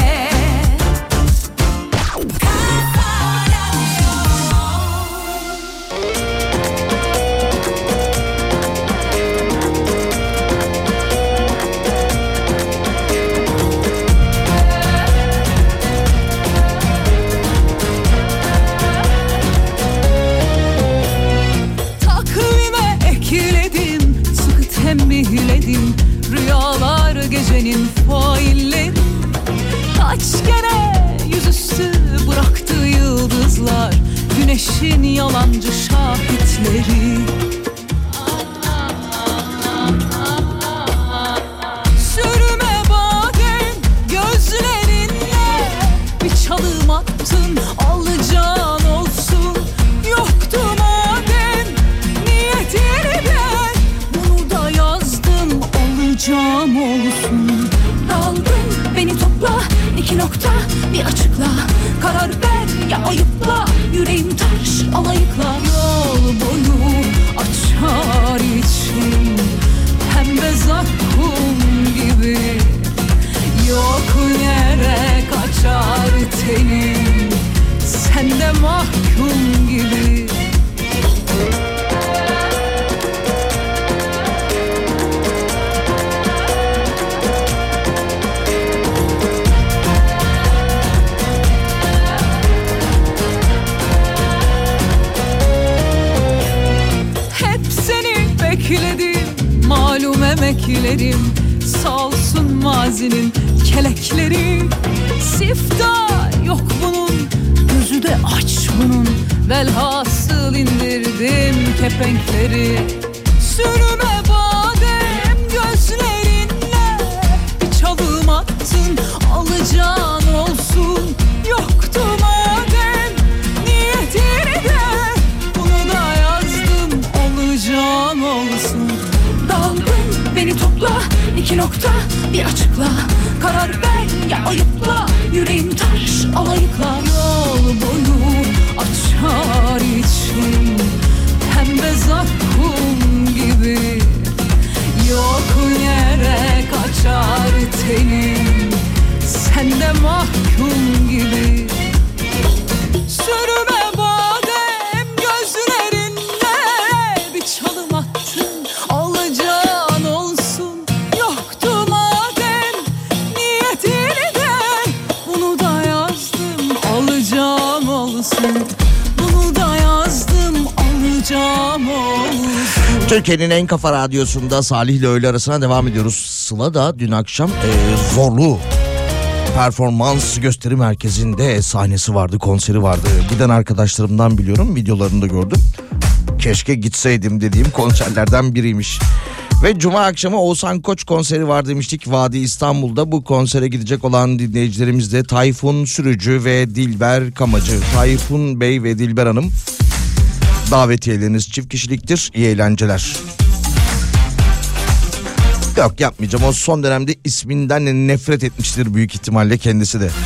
Takvime ekledim, sıkı tembihledim. Rüyalar gecenin failleri. Kaç kere yüzüstü bıraktı yıldızlar güneşin yalancı şahitleri. Sürme badem gözlerinle bir çalım attın, alacağın olsun. Yoktu madem niyetini ben, bunu da yazdım, alacağım olsun. Daldım, beni topla, iki nokta bir açıkla. Karar ver ya ayıpla, yüreğim taş alayıkla. Yol boyu açar için pembe zakkum gibi. Yok yere kaçar tenim, sen de mahkum gibi. Hep seni bekledim, malum emeklerim. Sağ olsun mazinin kelekleri. Siftah yok bunun, gözü de aç bunun. Velhasıl indirdim kepenkleri. Sürme badem gözlerinle bir çalım attın, alacağın olsun. Yoktu madem niyetini de, bunu da yazdım, alacağım olsun. Dalgın, beni topla, iki nokta bir açıkla. Karar ver ya ayıpla, yüreğim taş alayıkla. Yol boyu açar için pembe zakkum gibi. Yok yere kaçar tenim, sen de mahkum gibi. Sürme badem gözlerinle bir çalım attın, alacağın olsun. Yoktu madem niyetini de, bunu da yazdım, alacağım olsun. Bunu da yazdım, alacağım olsun. Türkiye'nin en kafa radyosunda Salih ile öğle arasına devam ediyoruz. Sıla da dün akşam e, Zorlu Performans Gösteri Merkezi'nde sahnesi vardı, konseri vardı. Giden arkadaşlarımdan biliyorum, videolarını da gördüm. Keşke gitseydim dediğim konserlerden biriymiş. Ve cuma akşamı Oğuzhan Koç konseri var demiştik Vadi İstanbul'da. Bu konsere gidecek olan dinleyicilerimiz de Tayfun Sürücü ve Dilber Kamacı. Tayfun Bey ve Dilber Hanım, davetiyeleriniz çift kişiliktir. İyi eğlenceler. Yok, yapmayacağım. O son dönemde isminden nefret etmiştir büyük ihtimalle kendisi de.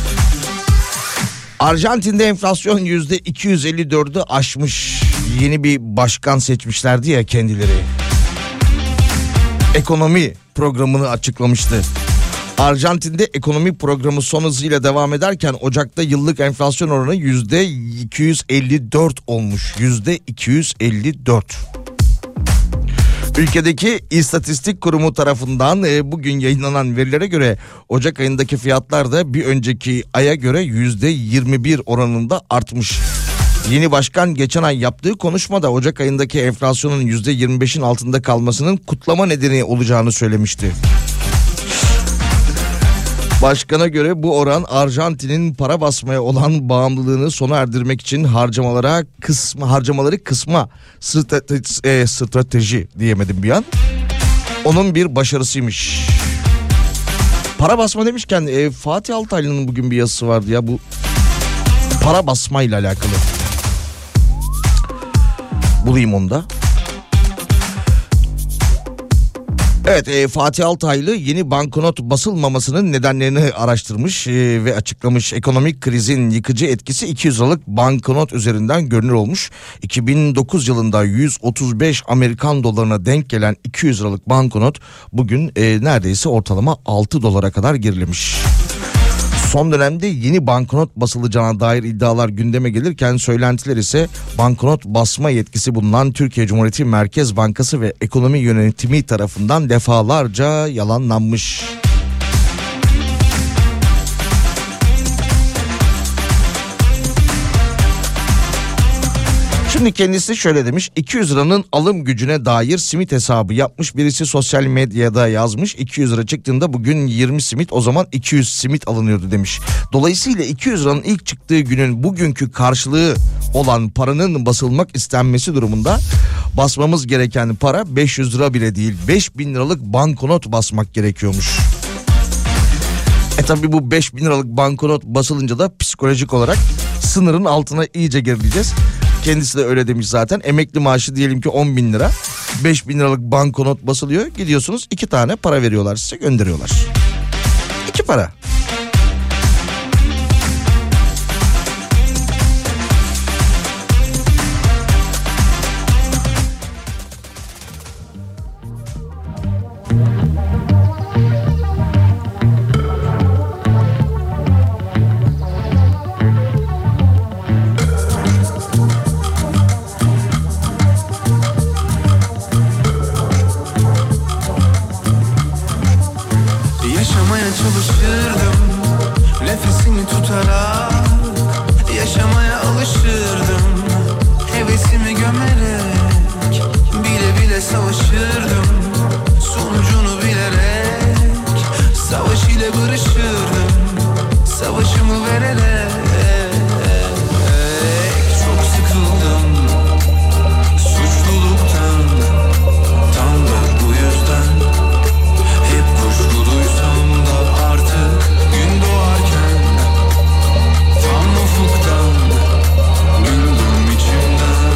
Arjantin'de enflasyon yüzde iki yüz elli dördü aşmış. Yeni bir başkan seçmişlerdi ya kendileri. Ekonomi programını açıklamıştı. Arjantin'de ekonomi programı son hızıyla devam ederken Ocak'ta yıllık enflasyon oranı yüzde iki yüz elli dört olmuş. yüzde iki yüz elli dört. Ülkedeki İstatistik Kurumu tarafından e, bugün yayınlanan verilere göre Ocak ayındaki fiyatlar da bir önceki aya göre yüzde yirmi bir oranında artmış. Yeni başkan geçen ay yaptığı konuşmada Ocak ayındaki enflasyonun yüzde yirmi beşin altında kalmasının kutlama nedeni olacağını söylemişti. Başkana göre bu oran Arjantin'in para basmaya olan bağımlılığını sona erdirmek için harcamalara kısma, harcamaları kısma strateji, e, strateji diyemedim bir an. Onun bir başarısıymış. Para basma demişken e, Fatih Altaylı'nın bugün bir yazısı vardı ya, bu para basmayla alakalı. Bulayım onu da. Evet, e, Fatih Altaylı yeni banknot basılmamasının nedenlerini araştırmış e, ve açıklamış. Ekonomik krizin yıkıcı etkisi iki yüz liralık banknot üzerinden görünür olmuş. iki bin dokuz yılında yüz otuz beş Amerikan dolarına denk gelen iki yüz liralık banknot bugün e, neredeyse ortalama altı dolara kadar gerilemiş. Son dönemde yeni banknot basılacağına dair iddialar gündeme gelirken söylentiler ise banknot basma yetkisi bulunan Türkiye Cumhuriyeti Merkez Bankası ve Ekonomi Yönetimi tarafından defalarca yalanlanmış. Şimdi kendisi şöyle demiş: iki yüz liranın alım gücüne dair simit hesabı yapmış birisi, sosyal medyada yazmış. iki yüz lira çıktığında bugün yirmi simit, o zaman iki yüz simit alınıyordu demiş. Dolayısıyla iki yüz liranın ilk çıktığı günün bugünkü karşılığı olan paranın basılmak istenmesi durumunda basmamız gereken para beş yüz lira bile değil, beş bin liralık banknot basmak gerekiyormuş. E tabi bu beş bin liralık banknot basılınca da psikolojik olarak sınırın altına iyice gerileyeceğiz. Kendisi de öyle demiş zaten. Emekli maaşı diyelim ki on bin lira. beş bin liralık banknot basılıyor. Gidiyorsunuz, iki tane para veriyorlar size, gönderiyorlar. İki para. Çalışırdım nefesimi tutarak, yaşamaya alışırdım hevesimi gömerek, bile bile savaşırdım sonucunu bilerek, savaş ile barışırdım savaşımı vererek. Çok sıkıldım suçluluktan, tam da bu yüzden hep kuşku duysam da artık gün doğarken tam ufuktan güldüm içimden.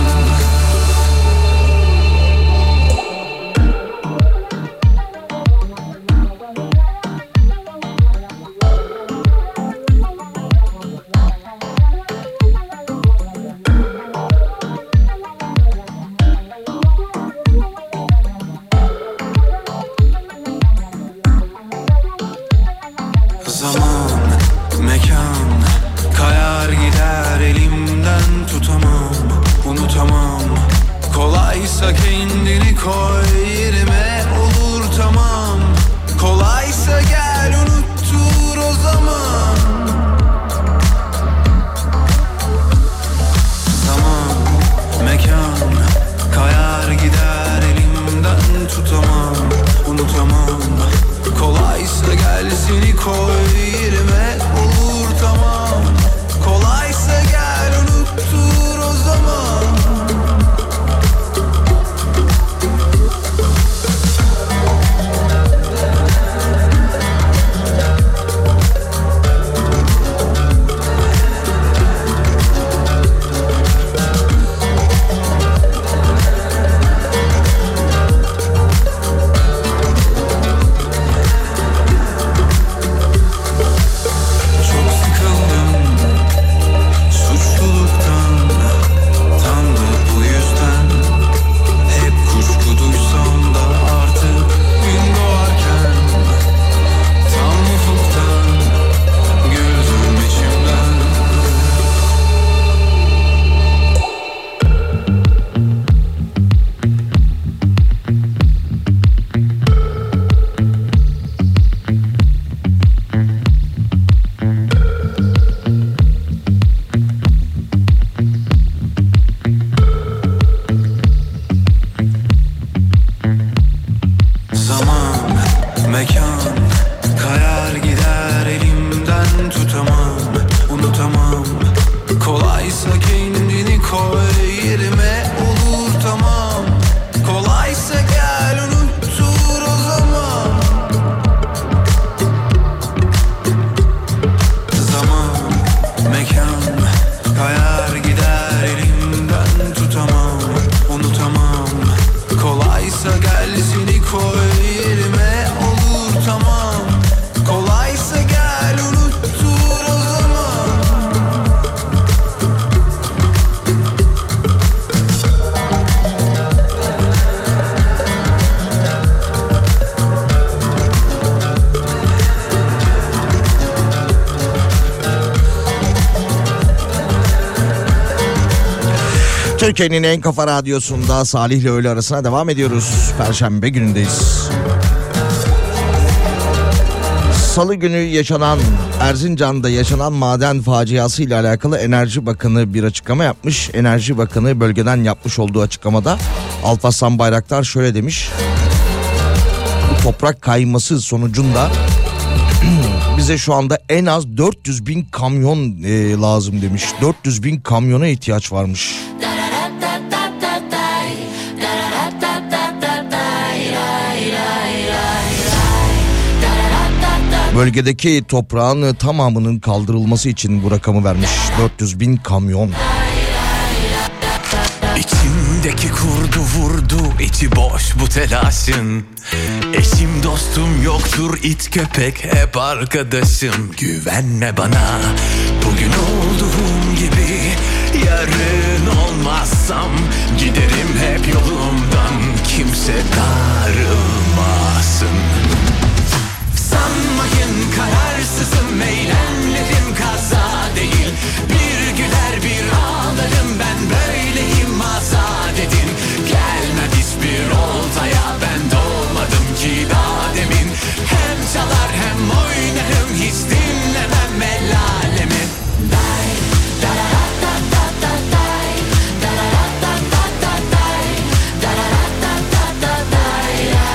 Zaman, mekan kayar gider elimden, tutamam, unutamam. Kolaysa kendini koy yerime, olur tamam. Kolaysa gel unuttur o zaman. Zaman, mekan kayar gider elimden, tutamam, unutamam. Kolaysa gel seni koy yerime, olur tamam. Kolaysa gel unuttur o zaman. Türkiye'nin en kafa radyosunda Salih ile öğle arasına devam ediyoruz. Perşembe günündeyiz. Salı günü yaşanan, Erzincan'da yaşanan maden faciası ile alakalı Enerji Bakanı bir açıklama yapmış. Enerji Bakanı bölgeden yapmış olduğu açıklamada Alparslan Bayraktar şöyle demiş. Toprak kayması sonucunda bize şu anda en az dört yüz bin kamyon e, lazım demiş. dört yüz bin kamyona ihtiyaç varmış. Bölgedeki toprağın tamamının kaldırılması için bu rakamı vermiş. dört yüz bin kamyon. İçimdeki kurdu vurdu, içi boş bu telaşın. Eşim dostum yoktur, it köpek hep arkadaşım. Güvenme bana bugün olduğum gibi, yarın olmazsam giderim hep yolumdan, kimse darılmasın. Sanmayın kararsızım, eylemlerim kaza değil. Bir güler bir ağlarım, ben böyleyim, azat edin. Gelmem hiçbir oltaya, ben doğmadım ki daha demin. Hem çalar hem oynarım, hiç dinlemem el alemi. Day, dararatatatatatay, dararatatatatatay, dararatatatatatay.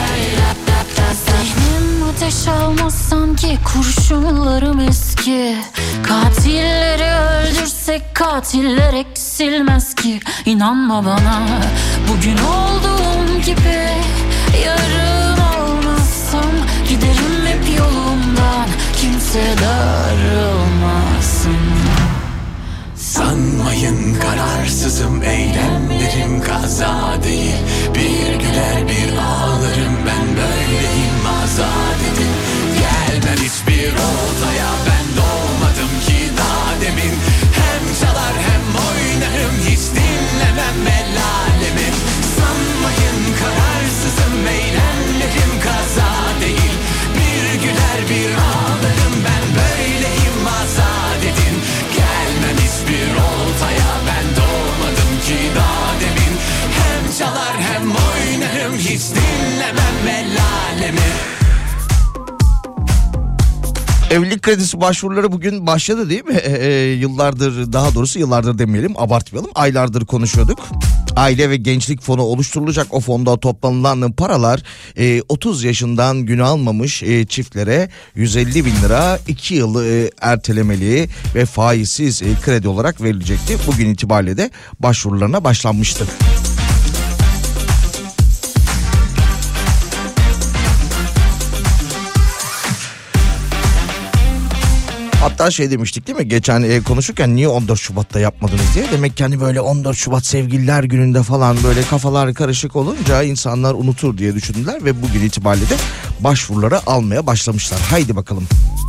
Zihnim ateş almaz sanki, kurşunlarım eski. Katilleri öldürsek katiller eksilmez ki. İnanma bana bugün olduğum gibi, yarın olmazsam giderim hep yolumdan, kimse darılmasın. Sanmayın kararsızım, eylemlerim kaza değil. Bir güler bir ağlarım, ben böyleyim, azat edin. Gelmem hiçbir oltaya, ben doğmadım ki daha demin. Hem çalar hem oynarım, hiç dinlemem el alemi. Sanmayın kararsızım, eylemlerim kaza değil. Bir güler bir ağlarım, ben böyleyim, azat edin. Gelmem hiçbir oltaya, ben doğmadım ki daha demin. Hem çalar hem oynarım, hiç dinlemem el alemi. Evlilik kredisi başvuruları bugün başladı değil mi? Ee, yıllardır, daha doğrusu yıllardır demeyelim, abartmayalım, aylardır konuşuyorduk. Aile ve Gençlik Fonu oluşturulacak. O fonda toplanılan paralar e, otuz yaşından gün almamış e, çiftlere yüz elli bin lira iki yıl e, ertelemeli ve faizsiz e, kredi olarak verilecekti. Bugün itibariyle de başvurularına başlanmıştı. Hatta şey demiştik değil mi? Geçen e, konuşurken niye on dört Şubat'ta yapmadınız diye. Demek ki hani böyle on dört Şubat sevgililer gününde falan böyle kafalar karışık olunca insanlar unutur diye düşündüler ve bugün itibariyle de başvuruları almaya başlamışlar. Haydi bakalım.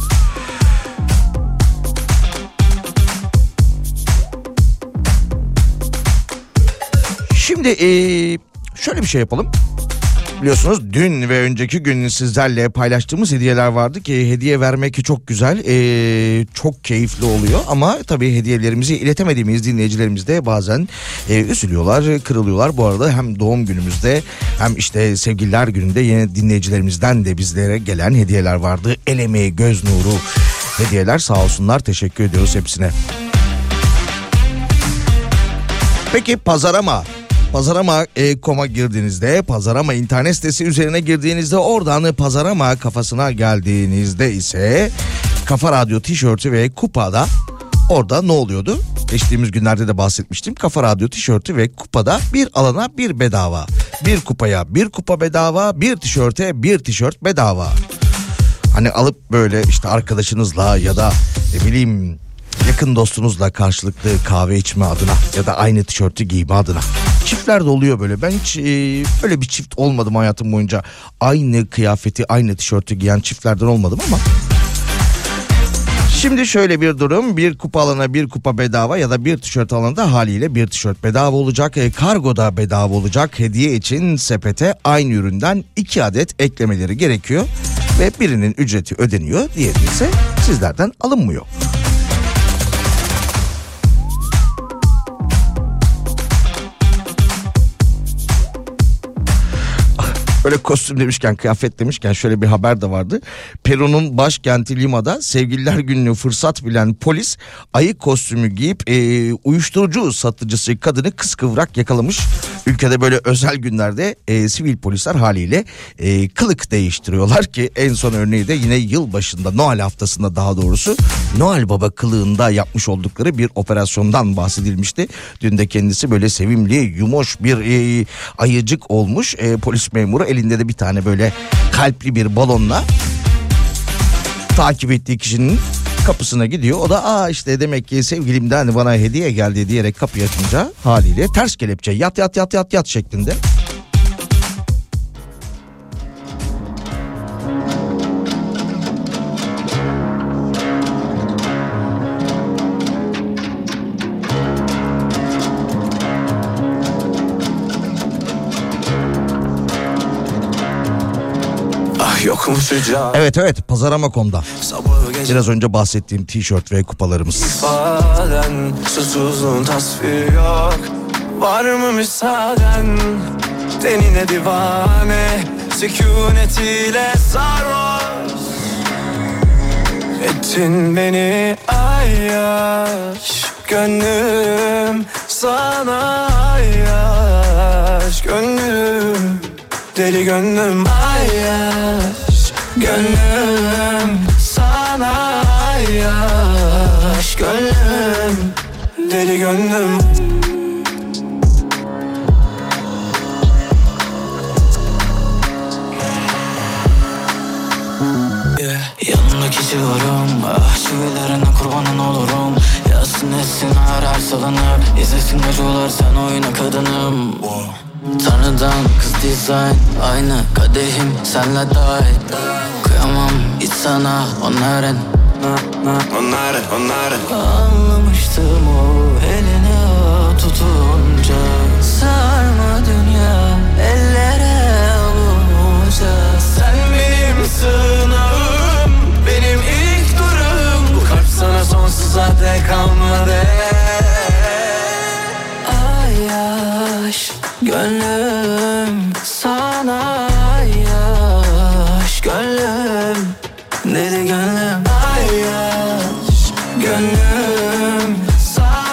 Şimdi e, şöyle bir şey yapalım. Biliyorsunuz dün ve önceki gün sizlerle paylaştığımız hediyeler vardı ki hediye vermek çok güzel, ee, çok keyifli oluyor. Ama tabii hediyelerimizi iletemediğimiz dinleyicilerimiz de bazen e, üzülüyorlar, kırılıyorlar. Bu arada hem doğum günümüzde hem işte sevgililer gününde yeni dinleyicilerimizden de bizlere gelen hediyeler vardı. El emeği, göz nuru hediyeler, sağ olsunlar, teşekkür ediyoruz hepsine. Peki Pazarama. Pazarama nokta com'a girdiğinizde, Pazarama internet sitesi üzerine girdiğinizde, oradan Pazarama kafasına geldiğinizde ise Kafa Radyo tişörtü ve kupada, orada ne oluyordu? Geçtiğimiz günlerde de bahsetmiştim. Kafa Radyo tişörtü ve kupada bir alana bir bedava. Bir kupaya bir kupa bedava, bir tişörte bir tişört bedava. Hani alıp böyle işte arkadaşınızla ya da ne bileyim yakın dostunuzla karşılıklı kahve içme adına ya da aynı tişörtü giyme adına. Çiftler de oluyor böyle. Ben hiç e, öyle bir çift olmadım hayatım boyunca. Aynı kıyafeti, aynı tişörtü giyen çiftlerden olmadım ama. Şimdi şöyle bir durum. Bir kupa alana bir kupa bedava ya da bir tişört alana da haliyle bir tişört bedava olacak. E, kargo da bedava olacak. Hediye için sepete aynı üründen iki adet eklemeleri gerekiyor. Ve birinin ücreti ödeniyor. Diğeri ise sizlerden alınmıyor. Böyle kostüm demişken, kıyafet demişken şöyle bir haber de vardı. Peru'nun başkenti Lima'da sevgililer gününü fırsat bilen polis ayı kostümü giyip e, uyuşturucu satıcısı kadını kıskıvrak yakalamış. Ülkede böyle özel günlerde e, sivil polisler haliyle e, kılık değiştiriyorlar ki en son örneği de yine yıl başında, Noel haftasında daha doğrusu Noel Baba kılığında yapmış oldukları bir operasyondan bahsedilmişti. Dün de kendisi böyle sevimli, yumuş bir e, ayıcık olmuş. E, polis memuru elinde de bir tane böyle kalpli bir balonla takip ettiği kişinin kapısına gidiyor. O da aa işte demek ki sevgilimden bana hediye geldi diyerek kapıyı açınca haliyle ters kelepçe yat yat yat yat yat şeklinde. Evet evet, Pazarama nokta com'da biraz önce bahsettiğim tişört ve kupalarımız. İfaden, susuzluğun tasviri yok. Var mı müsaaden? Tenine divane, sükunetiyle sarhoş. Ettin beni ayyaş, gönlüm sana ayyaş. Gönlüm, deli gönlüm ayyaş. Gönlüm sana ayyaş. Gönlüm, deli gönlüm. Yeah. Yanındaki civarım, ah çivilerine kurbanın olurum. Yazsın etsin her her salınıp izlesin acılar, sen oyna kadınım. Wow. Tanrıdan kız dizayn, aynı kadehim senle dahil. Kıyamam hiç sana onların, onların, onların. Anlamıştım o eline tutunca. Sarma dünya ellere avunca. Sen benim sığınağım, benim ilk durum. Bu kalp sana sonsuza dek kalmadı. Ayyaş, gönlüm sana ayyaş. Gönlüm, deli gönlüm ayyaş. Gönlüm sana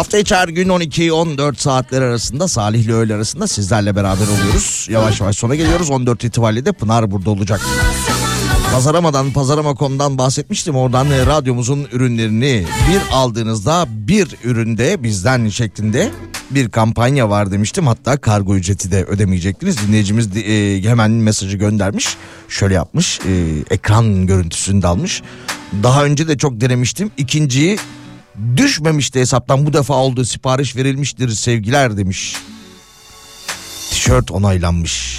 Hafta içi her gün on iki on dört saatler arasında Salih ile öğle arasında sizlerle beraber oluyoruz. Yavaş yavaş sona geliyoruz. on dört itibariyle de Pınar burada olacak. Pazaramadan, Pazarama nokta com'dan bahsetmiştim. Oradan radyomuzun ürünlerini bir aldığınızda bir üründe bizden şeklinde bir kampanya var demiştim. Hatta kargo ücreti de ödemeyecektiniz. Dinleyicimiz e, hemen mesajı göndermiş. Şöyle yapmış, e, ekran görüntüsünü de almış. Daha önce de çok denemiştim. İkinciyi düşmemişti hesaptan, bu defa oldu, sipariş verilmiştir sevgiler demiş. Tişört onaylanmış.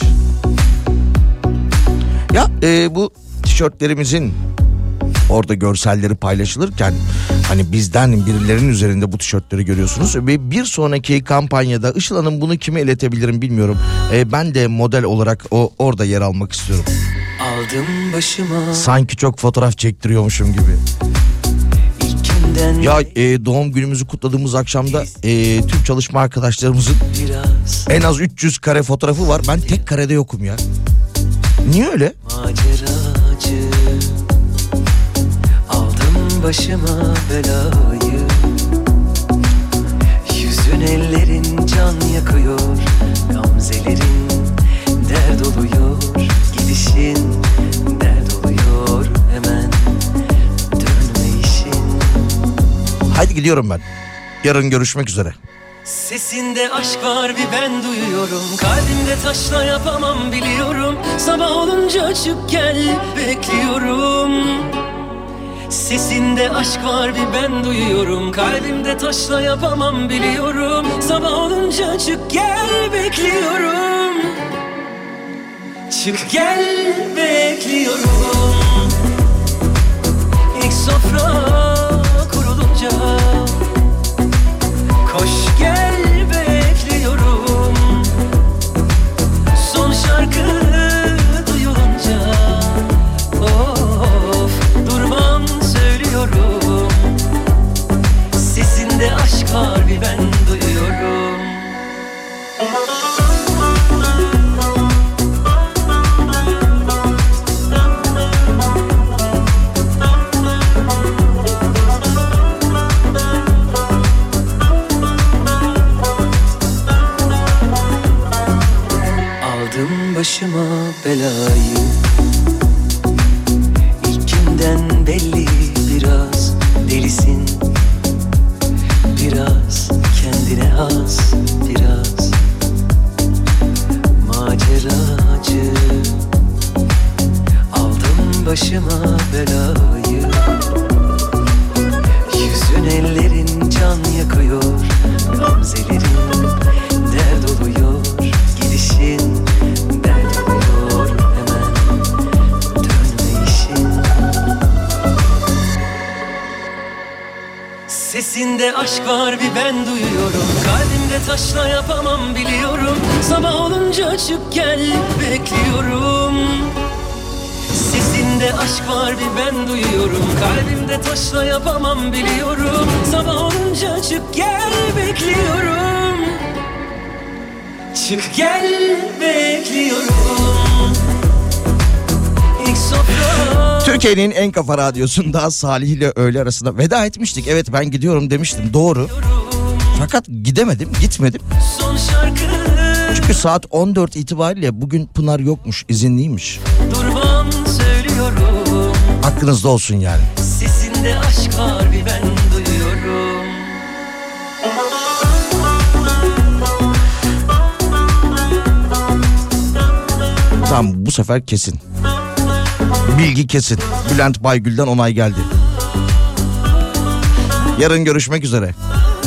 Ya e, bu tişörtlerimizin orada görselleri paylaşılırken hani bizden birilerinin üzerinde bu tişörtleri görüyorsunuz ve bir sonraki kampanyada Işıl Hanım bunu kime iletebilirim bilmiyorum. E, ben de model olarak o orada yer almak istiyorum. Aldım başıma. Sanki çok fotoğraf çektiriyormuşum gibi. Ya e, doğum günümüzü kutladığımız akşamda e, tüm çalışma arkadaşlarımızın en az üç yüz kare fotoğrafı var. Ben tek karede yokum ya. Niye öyle? Maceracı, aldım başıma belayı. Yüzün ellerin can yakıyor, gamzelerin dert oluyor, gidişin dert oluyor, hemen dönme işin. Haydi gidiyorum ben. Yarın görüşmek üzere. Sesinde aşk var bir ben duyuyorum. Kalbimde taşla yapamam biliyorum. Sabah olunca açıp gel bekliyorum. Sesinde aşk var bir ben duyuyorum. Kalbimde taşla yapamam biliyorum. Sabah olunca açıp gel bekliyorum. Çık gel bekliyorum. İlk sofra kurulunca koş gel bekliyorum. Son şarkı duyulunca of durmam söylüyorum. Sesinde aşk var bir ben duyuyorum. Başıma belayı, İlkinden belli biraz delisin, biraz kendine has, biraz maceracı. Aldım başıma belayı, yüzün ellerin can yakıyor, gamzelerin dert oluyor, gidişin sesinde aşk var bir ben duyuyorum. Kalbimde taşla yapamam biliyorum. Sabah olunca açıp gel bekliyorum. Sesinde aşk var bir ben duyuyorum. Kalbimde taşla yapamam biliyorum. Sabah olunca açıp gel bekliyorum. Çık gel bekliyorum. İlk sofra. Türkiye'nin en kafa radyosunda Salih ile öğle arasında veda etmiştik. Evet, ben gidiyorum demiştim, doğru. Fakat gidemedim, gitmedim. Çünkü saat on dört itibariyle bugün Pınar yokmuş, izinliymiş. Durmam söylüyorum. Aklınızda olsun yani. Sesinde aşk var bir ben duyuyorum. Tamam, bu sefer kesin. Bilgi kesin. Bülent Baygül'den onay geldi. Yarın görüşmek üzere.